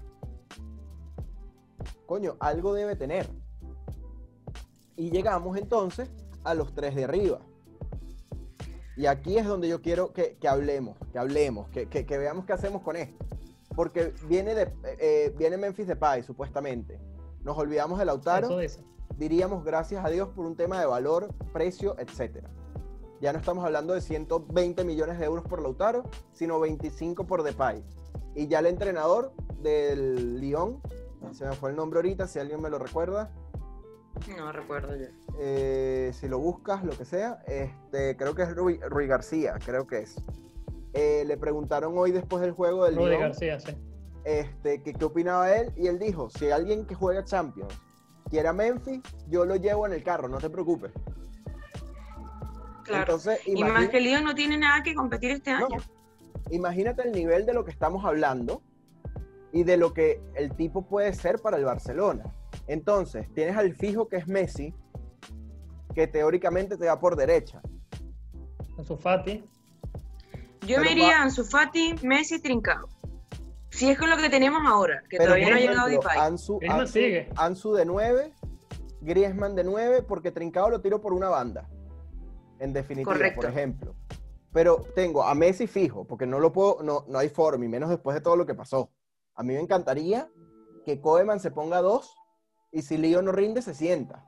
Coño, algo debe tener. Y llegamos entonces a los tres de arriba. Y aquí es donde yo quiero que, que hablemos, que hablemos, que, que, que veamos qué hacemos con esto. Porque viene, de, eh, viene Memphis Depay, supuestamente. Nos olvidamos de Lautaro. Eso dice. Diríamos gracias a Dios por un tema de valor, precio, etcétera. Ya no estamos hablando de ciento veinte millones de euros por Lautaro, sino veinticinco por Depay. Y ya el entrenador del Lyon, se me fue el nombre ahorita, si alguien me lo recuerda. No recuerdo yo. Eh, si lo buscas, lo que sea, este, creo que es Rui, Rui García, creo que es. Eh, le preguntaron hoy después del juego del Rudy Lyon, García, sí. este, que qué opinaba él, y él dijo, si alguien que juega Champions quiere a Memphis, yo lo llevo en el carro, no te preocupes. Claro. Entonces, Y imagina- más que el Lyon no tiene nada que competir este no, año. imagínate el nivel de lo que estamos hablando y de lo que el tipo puede ser para el Barcelona. Entonces, tienes al fijo que es Messi, que teóricamente te va por derecha. Ansu Fati. Yo Pero me iría va- Ansu Fati, Messi, Trincao. Si es con lo que tenemos ahora, que Pero, todavía no ha por llegado ejemplo, Depay. Ansu, Griezmann Ansu- sigue. Ansu de nueve, Griezmann de nueve, porque Trincao lo tiro por una banda. En definitiva, Correcto. por ejemplo. Pero tengo a Messi fijo, porque no lo puedo, no, no hay forma, y menos después de todo lo que pasó. A mí me encantaría que Koeman se ponga dos, y si Lío no rinde, se sienta.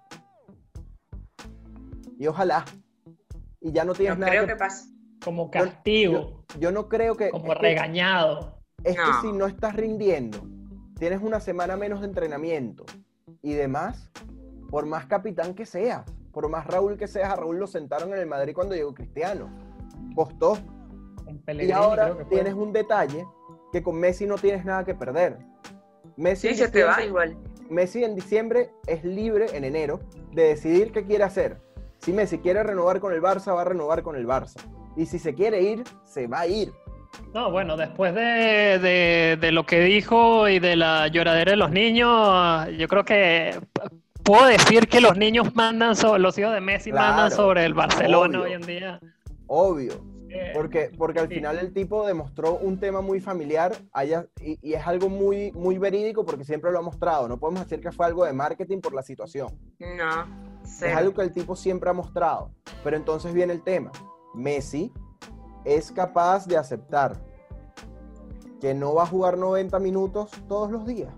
Y ojalá. Y ya no tienes No nada creo que... que pase. Como castigo. Yo, yo no creo que... como es que- regañado. Es que No. si no estás rindiendo, tienes una semana menos de entrenamiento y demás, por más capitán que seas, por más Raúl que seas, a Raúl lo sentaron en el Madrid cuando llegó Cristiano. Costó. En Y Pellegrini ahora creo que fue. tienes un detalle que con Messi no tienes nada que perder. Messi, Sí, en se te va diciembre- igual. Messi en diciembre es libre en enero de decidir qué quiere hacer. Si Messi quiere renovar con el Barça, va a renovar con el Barça. Y si se quiere ir, se va a ir. No, bueno, después de, de, de lo que dijo y de la lloradera de los niños, yo creo que puedo decir que los niños mandan sobre, los hijos de Messi mandan Claro, sobre el Barcelona obvio. hoy en día. Obvio. Eh, Porque, porque al sí. final el tipo demostró un tema muy familiar haya- y, y es algo muy, muy verídico porque siempre lo ha mostrado. No podemos decir que fue algo de marketing por la situación. No, Es cero. algo que el tipo siempre ha mostrado. Pero entonces viene el tema. Messi es capaz de aceptar que no va a jugar noventa minutos todos los días.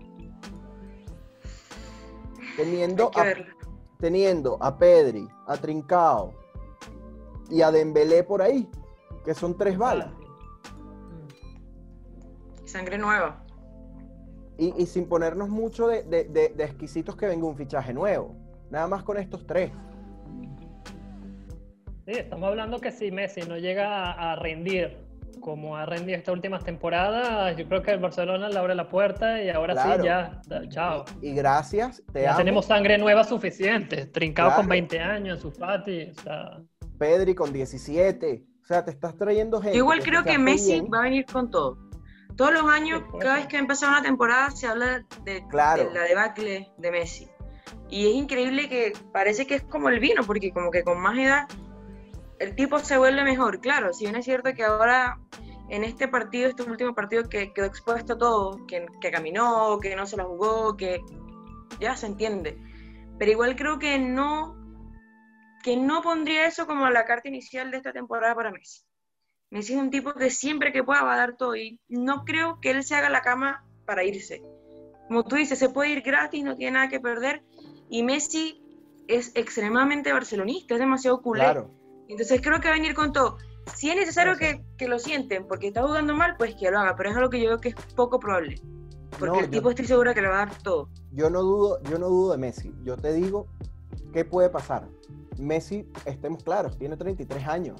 Teniendo Hay que a, verlo. teniendo a Pedri, a Trincao y a Dembélé por ahí, que son tres balas. Sangre nueva. Y, y sin ponernos mucho de, de- de- de exquisitos que venga un fichaje nuevo. Nada más con estos tres. Sí, estamos hablando que si Messi no llega a, a rendir como ha rendido estas últimas temporadas, yo creo que el Barcelona le abre la puerta y ahora Claro. sí, ya, da- chao. Y, y gracias, te Ya amo, tenemos sangre nueva suficiente. Trincado Claro. con veinte años, Ansu Fati, o sea, Pedri con diecisiete. O sea, te estás trayendo gente. Yo igual creo se que hace Messi bien. va a venir con todo. Todos los años, Sí, puede cada ser. vez que empieza una temporada, se habla de, Claro. de la debacle de Messi. Y es increíble que parece que es como el vino, porque como que con más edad el tipo se vuelve mejor. Claro, si bien es cierto que ahora en este partido, este último partido que quedó expuesto a todo, que, que caminó, que no se la jugó, que ya se entiende. Pero igual creo que no, que no pondría eso como la carta inicial de esta temporada para Messi. Messi es un tipo que siempre que pueda va a dar todo y no creo que él se haga la cama para irse. Como tú dices, se puede ir gratis, no tiene nada que perder y Messi es extremadamente barcelonista, es demasiado culé. Claro. Entonces creo que va a venir con todo. Si es necesario Sí, que, que lo sienten porque está jugando mal, pues que lo haga, pero es algo que yo veo que es poco probable. Porque No, el yo- tipo estoy segura que le va a dar todo. Yo no dudo, yo no dudo de Messi. Yo te digo qué puede pasar. Messi, estemos claros, tiene treinta y tres años.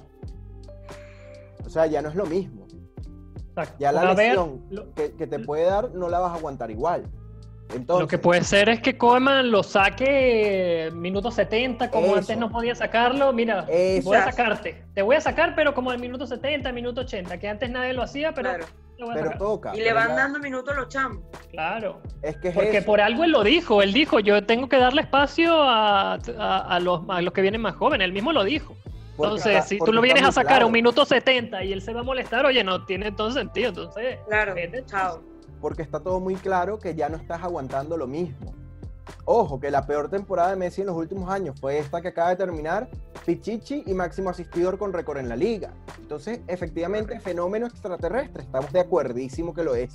O sea, ya no es lo mismo. exacto. Ya la A ver, lesión lo, que, que te puede dar no la vas a aguantar igual. Entonces, lo que puede ser es que Koeman lo saque minuto setenta, como Eso. antes no podía sacarlo. Mira, Eso. voy a sacarte. Te voy a sacar, pero como al minuto setenta, minuto ochenta, que antes nadie lo hacía, pero Claro. te voy a pero sacar. toca. Y le pero van ya- dando minutos a los chamos. Claro. Es que es Porque eso. por algo él lo dijo, él dijo, yo tengo que darle espacio a, a- a los, a los que vienen más jóvenes, él mismo lo dijo. Porque Entonces, está- si tú porque lo vienes está a muy sacar a claro. un minuto setenta y él se va a molestar, oye, no tiene todo sentido, entonces... Claro, vete. chao. Porque está todo muy claro que ya no estás aguantando lo mismo. Ojo, que la peor temporada de Messi en los últimos años fue esta que acaba de terminar, Pichichi y máximo asistidor con récord en la liga. Entonces, efectivamente, fenómeno extraterrestre, estamos de acuerdísimo que lo es.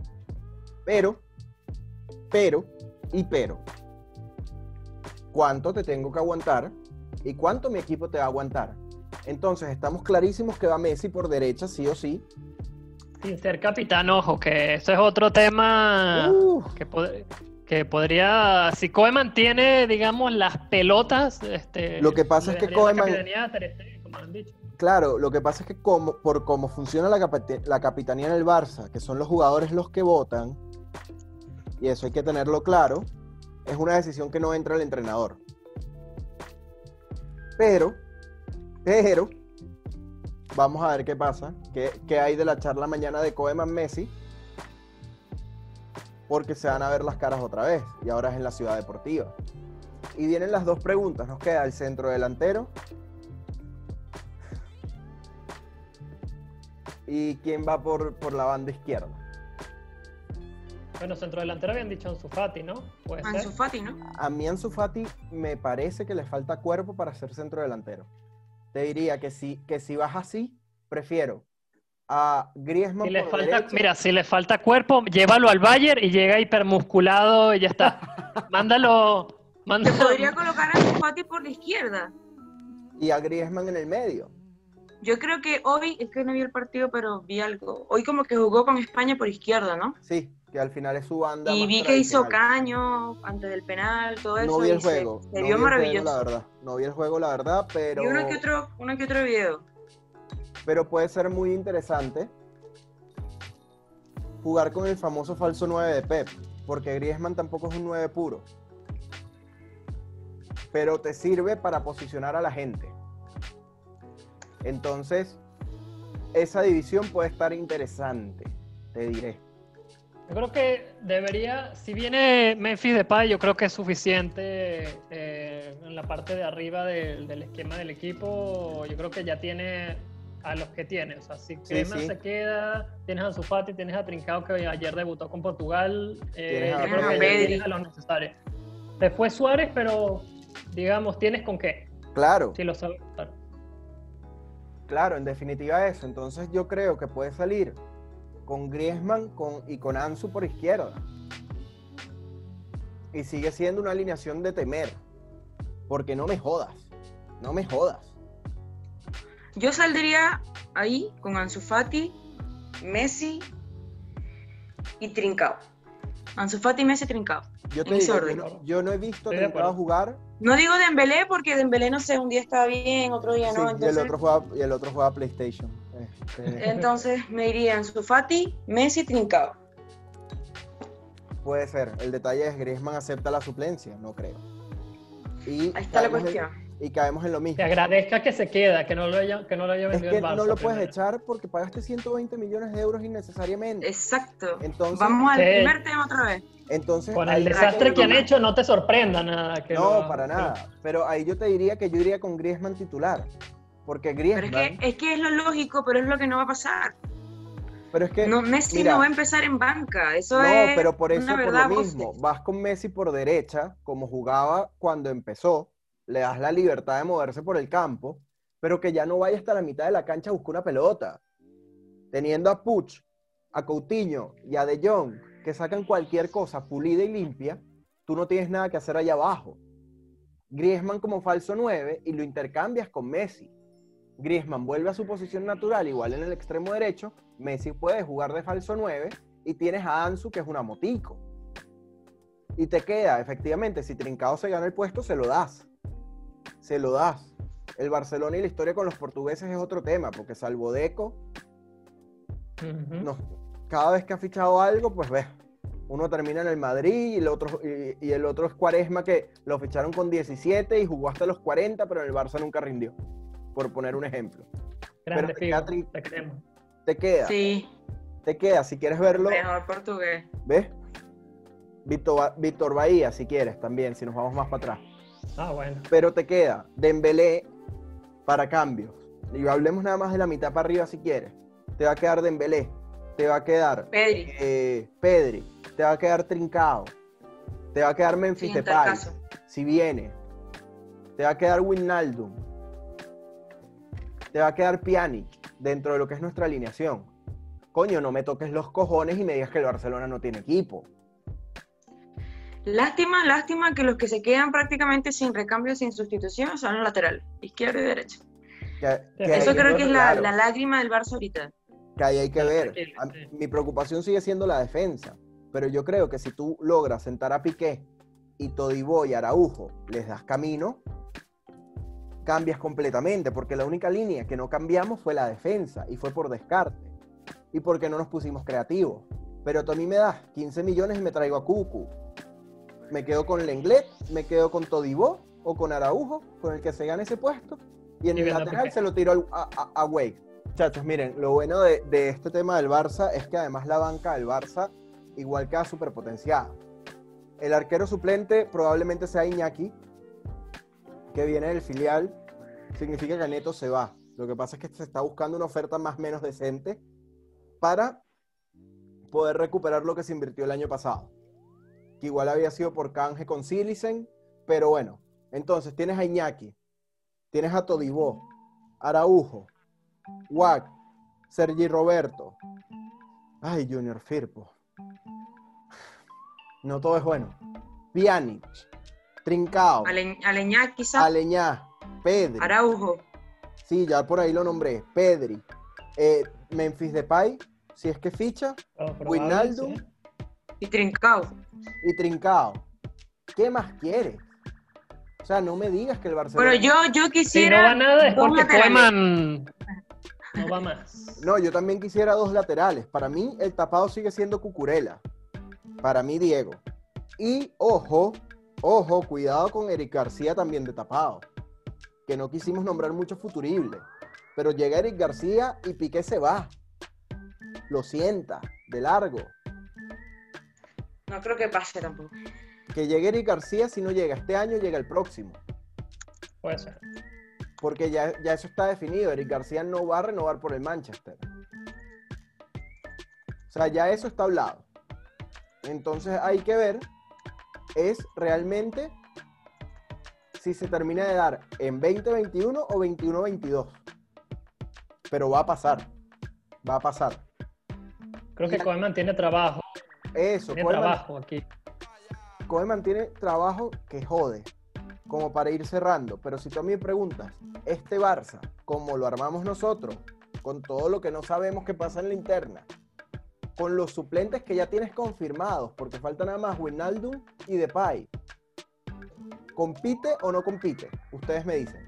Pero, pero, y pero, ¿cuánto te tengo que aguantar? ¿Y cuánto mi equipo te va a aguantar? Entonces, estamos clarísimos que va Messi por derecha, sí o sí. Sin ser capitán, ojo, que ese es otro tema Uh, que, pod- que podría... Si Koeman tiene, digamos, las pelotas... Este, Lo que pasa le es que dejaría la Koeman- capitanía a Ter Stegen, como han dicho. Claro, lo que pasa es que como, por cómo funciona la, capit- la capitanía en el Barça, que son los jugadores los que votan, y eso hay que tenerlo claro, es una decisión que no entra el entrenador. Pero, pero, vamos a ver qué pasa, qué, qué hay de la charla mañana de Koeman Messi, porque se van a ver las caras otra vez, y ahora es en la Ciudad Deportiva. Y vienen las dos preguntas, nos queda el centro delantero y quién va por, por la banda izquierda. Bueno, centrodelantero habían dicho Ansu Fati, ¿no? Puede ser. Ansu Fati, ¿no? A mí Ansu Fati me parece que le falta cuerpo para ser centro delantero. Te diría que si, que si vas así, prefiero a Griezmann Si le por falta, derecha. mira, si le falta cuerpo, llévalo al Bayern y llega hipermusculado y ya está. Mándalo, Te mándalo. podría colocar a Ansu Fati por la izquierda. Y a Griezmann en el medio. Yo creo que hoy, es que no vi el partido, pero vi algo. Hoy como que jugó con España por izquierda, ¿no? Sí, que al final es su banda Y más vi que hizo tradicional. caño antes del penal, todo eso. No vi el y se- juego. Se, no vio vi el maravilloso. juego, la verdad. No vi el juego, la verdad, pero, Y uno que otro, uno que otro video. pero puede ser muy interesante jugar con el famoso falso nueve de Pep. porque Griezmann tampoco es un nueve puro, pero te sirve para posicionar a la gente. Entonces, esa división puede estar interesante, te diré. Yo creo que debería, si viene Memphis Depay, yo creo que es suficiente eh, en la parte de arriba del, del esquema del equipo. Yo creo que ya tiene a los que tiene. O sea, si Griezmann sí. se queda, tienes a Ansu Fati, tienes a Trincao, que ayer debutó con Portugal. Eh, Tienes a yo creo que ya Pedri. tienes a los necesarios. Se fue Suárez, pero digamos, ¿tienes con qué? Claro. Si lo sabes usar. Claro, en definitiva eso. Entonces yo creo que puede salir con Griezmann con, y con Ansu por izquierda. Y sigue siendo una alineación de temer. Porque no me jodas. No me jodas. Yo saldría ahí con Ansu Fati, Messi y Trincao. Ansu Fati, Messi, Trincao. Yo te En ese digo, yo orden. no, yo no he visto a Estoy de Trincao acuerdo. jugar. No digo Dembélé porque Dembélé, no sé, un día está bien, otro día Sí, no. y, el Entonces, otro juega, y el otro juega PlayStation. Este, entonces me iría Ansu Fati, Messi, Trincao. puede ser. El detalle es Griezmann acepta la suplencia. No creo. Y Ahí está la caemos en- cuestión. y caemos en lo mismo. Que agradezca que se queda, que no lo haya, que no lo haya Es vendido que el Barça no lo puedes primero. echar porque pagaste ciento veinte millones de euros innecesariamente. Exacto. Entonces- Vamos al Que- primer tema otra vez. Entonces, Con ahí- el desastre que que han lo- hecho, no te sorprenda nada. Que no, lo- para que nada. Pero ahí yo te diría que yo iría con Griezmann titular. Porque Pero Griezmann... es que, es que es lo lógico, pero es lo que no va a pasar. pero es que, No, Messi mira, no va a empezar en banca. Eso no, es pero por eso, una por verdad lo voces. mismo, vas con Messi por derecha, como jugaba cuando empezó, le das la libertad de moverse por el campo, pero que ya no vaya hasta la mitad de la cancha a buscar una pelota. Teniendo a Puig, a Coutinho y a De Jong, que sacan cualquier cosa pulida y limpia, tú no tienes nada que hacer allá abajo. Griezmann como falso nueve y lo intercambias con Messi. Griezmann vuelve a su posición natural, igual en el extremo derecho. Messi puede jugar de falso nueve y tienes a Ansu, que es una motico. Y te queda, efectivamente, si Trincao se gana el puesto, se lo das. Se lo das. El Barcelona y la historia con los portugueses es otro tema, porque salvo Deco, Ujú. no, cada vez que ha fichado algo, pues ves, uno termina en el Madrid y el otro, y, y el otro es Quaresma, que lo ficharon con diecisiete y jugó hasta los cuarenta, pero en el Barça nunca rindió, por poner un ejemplo. Grande, pero Figo, Catri- te queremos. Te queda, Sí, te queda, si quieres verlo, mejor portugués. ¿ves? Víctor, Víctor Bahía, si quieres, también, si nos vamos más para atrás. Ah, bueno. Pero te queda Dembélé para cambios. Y hablemos nada más de la mitad para arriba si quieres. Te va a quedar Dembélé, te va a quedar Pedri, eh, Pedri, te va a quedar Trincao, te va a quedar Memphis sí, en tal Depay, caso. si viene, te va a quedar Wijnaldum, te va a quedar Pjanic dentro de lo que es nuestra alineación. Coño, no me toques los cojones y me digas que el Barcelona no tiene equipo. Lástima, lástima que los que se quedan prácticamente sin recambio, sin sustitución, son los laterales, izquierdo y derecho. Que- que Eso ahí- creo que es la, claro, la lágrima del Barça ahorita. que ahí hay que ver. Tranquilo, A- sí. Mi preocupación sigue siendo la defensa, pero yo creo que si tú logras sentar a Piqué y Todibo y Araujo les das camino, cambias completamente, porque la única línea que no cambiamos fue la defensa, y fue por descarte, y porque no nos pusimos creativos. Pero tú a mí me das quince millones y me traigo a Cucu. Me quedo con Lenglet, me quedo con Todibo o con Araujo, con el que se gane ese puesto, y en Y el viendo a lateral Piqué. se lo tiro al- a, a, a Wade. Muchachos, miren, lo bueno de, de este tema del Barça es que además la banca del Barça igual queda súper potenciada. El arquero suplente probablemente sea Iñaki, que viene del filial. Significa que Neto se va. Lo que pasa es que se está buscando una oferta más o menos decente para poder recuperar lo que se invirtió el año pasado, que igual había sido por canje con Silicen, pero bueno. Entonces tienes a Iñaki, tienes a Todibo, Araujo, Wack, Sergi Roberto. Ay, Junior Firpo. No todo es bueno. Pjanic, Trincao, Ale- Aleñá quizás, Aleñá, Pedri. Araujo. Sí, ya por ahí lo nombré. Pedri, eh, Memphis Depay, si es que ficha, Todo probable, Wijnaldum sí. Y Trincao. y Trincao. ¿Qué más quieres? O sea, no me digas que el Barcelona... Bueno, yo, yo Si quisiera. no va nada es dos porque laterales. Koeman no va más. No, yo también quisiera dos laterales. Para mí, el tapado sigue siendo Cucurella. Para mí, Diego. Y ojo, ojo, cuidado con Eric García también de tapado. Que no quisimos nombrar mucho futurible. Pero llega Eric García y Piqué se va. Lo sienta, de largo. No creo que pase tampoco. Que llegue Eric García, si no llega este año, llega el próximo. Puede ser. Porque ya, ya eso está definido. Eric García no va a renovar por el Manchester. O sea, ya eso está hablado. Entonces hay que ver es realmente si se termina de dar en veinte veintiuno o veintiuno veintidós. Pero va a pasar. Va a pasar. Creo que Koeman tiene trabajo. Eso, Tiene Koeman, trabajo aquí. Koeman tiene trabajo que jode, como para ir cerrando. Pero si tú a mí me preguntas, este Barça, como lo armamos nosotros, con todo lo que no sabemos que pasa en la interna, con los suplentes que ya tienes confirmados, porque falta nada más Wijnaldum y Depay, ¿compite o no compite? Ustedes me dicen.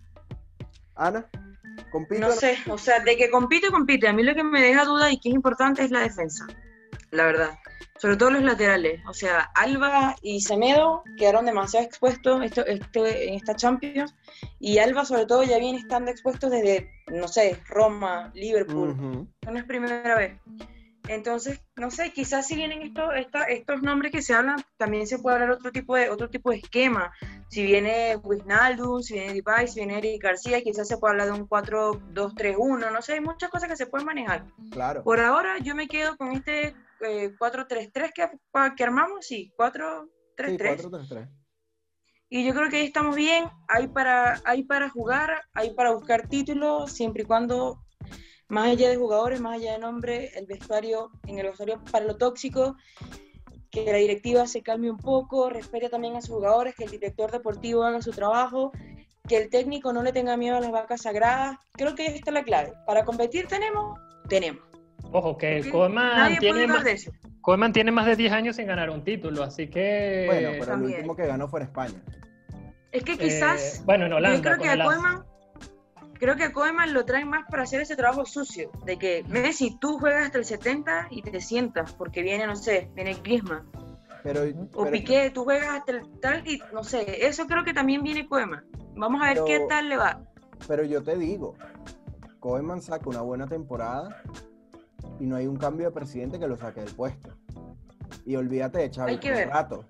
Ana, ¿compite No o no? sé, o sea, de que compite, compite. A mí lo que me deja duda y que es importante es la defensa, la verdad. Sobre todo los laterales. O sea, Alba y Semedo quedaron demasiado expuestos esto, esto, en esta Champions. Y Alba, sobre todo, ya viene estando expuestos desde, no sé, Roma, Liverpool. Uh-huh. No es primera vez. Entonces, no sé, quizás si vienen estos, esta, estos nombres que se hablan, también se puede hablar otro tipo de, otro tipo de esquema. Si viene Wijnaldum, si viene Depay, si viene Eric García, quizás se puede hablar de un cuatro dos tres uno, no sé, hay muchas cosas que se pueden manejar. Claro. Por ahora yo me quedo con este eh, cuatro tres tres que, que armamos, sí, cuatro tres tres. Sí, cuatro tres tres. Y yo creo que ahí estamos bien, hay para, hay para jugar, hay para buscar títulos, siempre y cuando, más allá de jugadores, más allá de nombre, el vestuario, en el vestuario para lo tóxico, que la directiva se calme un poco, respete también a sus jugadores, que el director deportivo haga su trabajo, que el técnico no le tenga miedo a las vacas sagradas. Creo que ahí está la clave. Para competir tenemos, tenemos. Ojo, que Porque Koeman nadie puede tiene, dudar más, de eso. Koeman tiene más de diez años sin ganar un título, así que... Bueno, pero también. el último que ganó fue en España. Es que quizás, Eh, bueno, en Holanda, yo creo que con el a As. Koeman, creo que a Koeman lo traen más para hacer ese trabajo sucio, de que Messi, tú juegas hasta el setenta y te sientas, porque viene, no sé, viene Griezmann, Pero, o pero- Piqué, tú juegas hasta el tal y, no sé, eso creo que también viene Koeman. Vamos a ver Pero- qué tal le va. Pero yo te digo, Koeman saca una buena temporada y no hay un cambio de presidente que lo saque del puesto. Y olvídate de Xavi Hay que por un ver. rato.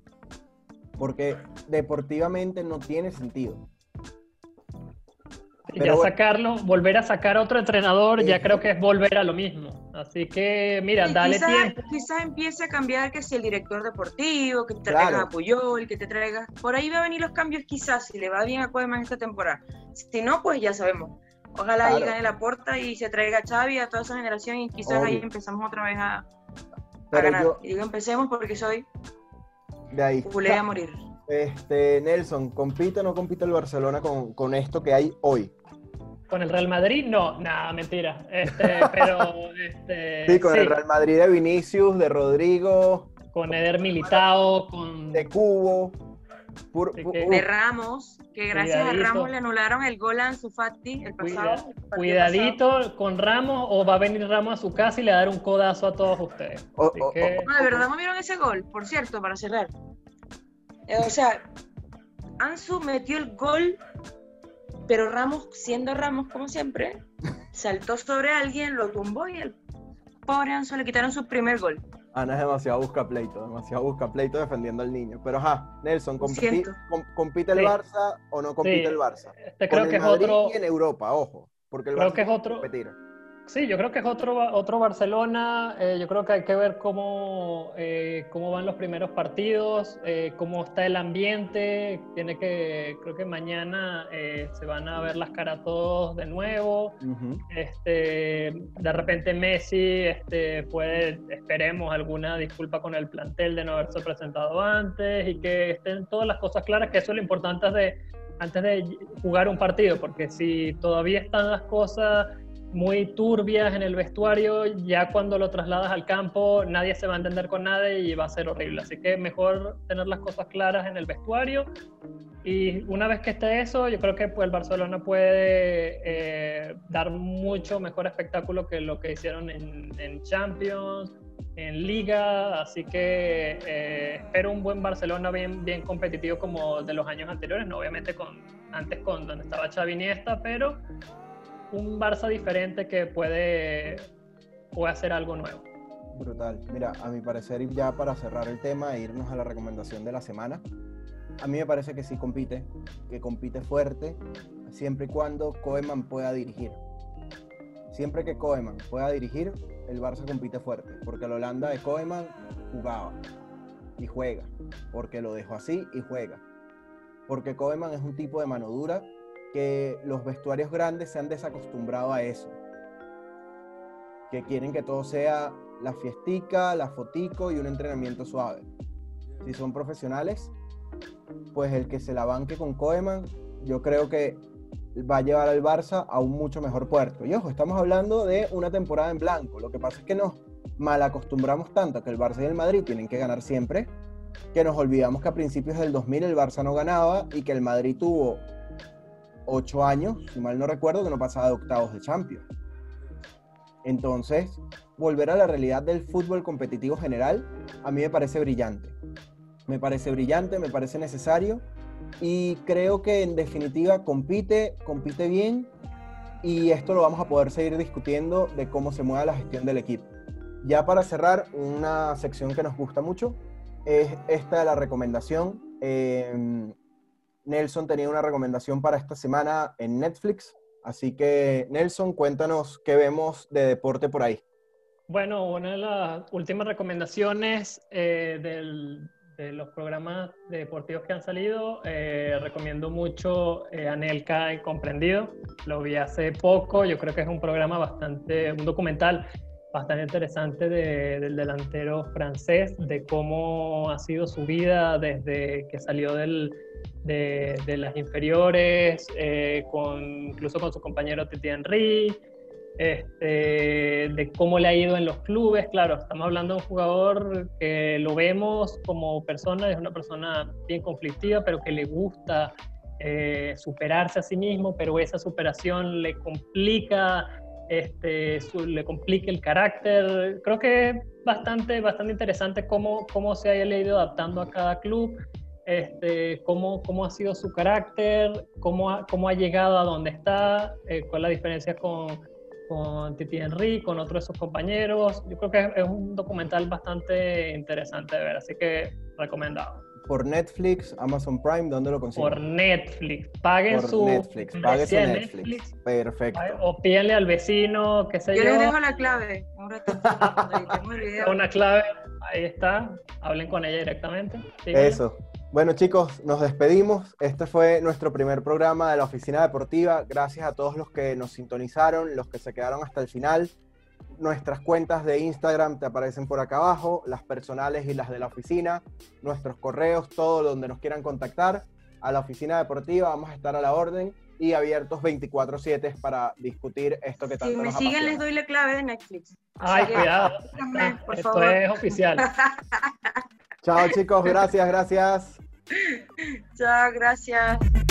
Porque deportivamente no tiene sentido. Y Pero ya bueno. sacarlo, volver a sacar a otro entrenador, ya Ujú. creo que es volver a lo mismo. Así que, mira, Y dale quizás, tiempo. quizás empiece a cambiar que si el director deportivo, que te Claro. traigas a Puyol, que te traigas... Por ahí va a venir los cambios quizás, si le va bien a Koeman esta temporada. Si no, pues ya sabemos. Ojalá Claro. ahí gane la puerta y se traiga a Xavi, a toda esa generación, y quizás ahí Obvio. empezamos otra vez a, a Pero ganar. yo, Y digo empecemos porque soy de ahí. culé a morir. Este, Nelson, ¿compite o no compite el Barcelona con, con esto que hay hoy? ¿Con el Real Madrid? No, nada, mentira. Este, pero, este, Sí, con sí, el Real Madrid de Vinicius, de Rodrigo, con Eder Militao, con... de Cubo. Pur, Así pu- que- uh, De Ramos, que gracias Cuidadito. a Ramos le anularon el gol a Ansu Fati el pasado. Cuida- el partido cuidadito pasado. con Ramos, o va a venir Ramos a su casa y le va a dar un codazo a todos ustedes. O- Así o- que, No, de verdad no vieron ese gol, por cierto, para cerrar. Eh, o sea, Ansu metió el gol, pero Ramos, siendo Ramos como siempre, saltó sobre alguien, lo tumbó y el pobre Ansu le quitaron su primer gol. Ana es demasiado busca pleito, demasiado busca pleito defendiendo al niño. Pero ajá, Nelson, Lo ¿compiti- siento. com- ¿compite el Sí. Barça o no compite Sí. el Barça? este Con creo el que es Madrid otro... y en Europa, ojo. Porque el Creo Barça que es tiene otro- competir. Sí, yo creo que es otro, otro Barcelona. Eh, yo creo que hay que ver cómo, eh, cómo van los primeros partidos, eh, cómo está el ambiente. Tiene que, creo que mañana eh, se van a ver las caras todos de nuevo. Ujú. Este, de repente Messi este, puede, esperemos, alguna disculpa con el plantel de no haberse presentado antes y que estén todas las cosas claras, que eso es lo importante de, antes de jugar un partido, porque si todavía están las cosas muy turbias en el vestuario, ya cuando lo trasladas al campo nadie se va a entender con nadie y va a ser horrible. Así que mejor tener las cosas claras en el vestuario, y una vez que esté eso, yo creo que pues, el Barcelona puede eh, dar mucho mejor espectáculo que lo que hicieron en, en Champions, en Liga, así que eh, espero un buen Barcelona bien, bien competitivo como de los años anteriores, no obviamente con, antes con donde estaba Xavi Iniesta, pero un Barça diferente que puede, puede hacer algo nuevo. Brutal. Mira, a mi parecer, y ya para cerrar el tema e irnos a la recomendación de la semana, a mí me parece que sí compite, que compite fuerte, siempre y cuando Koeman pueda dirigir. Siempre que Koeman pueda dirigir, el Barça compite fuerte, porque la Holanda de Koeman jugaba y juega, porque lo dejó así y juega. Porque Koeman es un tipo de mano dura que los vestuarios grandes se han desacostumbrado a eso. Que quieren que todo sea la fiestica, la fotico y un entrenamiento suave. Si son profesionales, pues el que se la banque con Koeman, yo creo que va a llevar al Barça a un mucho mejor puerto. Y ojo, estamos hablando de una temporada en blanco. Lo que pasa es que nos mal acostumbramos tanto a que el Barça y el Madrid tienen que ganar siempre, que nos olvidamos que a principios del dos mil el Barça no ganaba y que el Madrid tuvo ocho años, si mal no recuerdo, que no pasaba de octavos de Champions. Entonces, volver a la realidad del fútbol competitivo general, a mí me parece brillante. Me parece brillante, me parece necesario y creo que en definitiva compite, compite bien y esto lo vamos a poder seguir discutiendo de cómo se mueve la gestión del equipo. Ya para cerrar, una sección que nos gusta mucho es esta de la recomendación. Eh, Nelson tenía una recomendación para esta semana en Netflix, así que Nelson, cuéntanos qué vemos de deporte por ahí. Bueno, una de las últimas recomendaciones eh, del, de los programas deportivos que han salido, eh, recomiendo mucho eh, Anelka Incomprendido. Lo vi hace poco, yo creo que es un programa bastante, un documental bastante interesante de, del delantero francés, de cómo ha sido su vida desde que salió del, de, de las inferiores, eh, con, incluso con su compañero Titi Henry, este, de cómo le ha ido en los clubes. Claro, estamos hablando de un jugador que lo vemos como persona, es una persona bien conflictiva, pero que le gusta eh, superarse a sí mismo, pero esa superación le complica Este, su, le complica el carácter. Creo que es bastante, bastante interesante cómo, cómo se ha ido adaptando a cada club, este, cómo, cómo ha sido su carácter, cómo ha, cómo ha llegado a donde está, eh, cuál es la diferencia con, con Titi Henry, con otros de sus compañeros. Yo creo que es, es un documental bastante interesante de ver, así que recomendado. Por Netflix, Amazon Prime, ¿dónde lo consiguen? Por Netflix. Paguen Por su Netflix, pague su Netflix. Netflix. Perfecto. O pídenle al vecino, qué sé yo. Yo les dejo la clave. Un ratito, ahí tengo el video. Una clave, ahí está. Hablen con ella directamente. Síguenla. Eso. Bueno, chicos, nos despedimos. Este fue nuestro primer programa de la Oficina Deportiva. Gracias a todos los que nos sintonizaron, los que se quedaron hasta el final. Nuestras cuentas de Instagram te aparecen por acá abajo, las personales y las de la oficina, nuestros correos, todo donde nos quieran contactar. A la Oficina Deportiva vamos a estar a la orden y abiertos veinticuatro siete para discutir esto que tanto Si me nos siguen apasiona. Les doy la clave de Netflix. Ay, que, cuidado. díganme, por Esto favor. es oficial. Chao, chicos, gracias, gracias. Chao, gracias.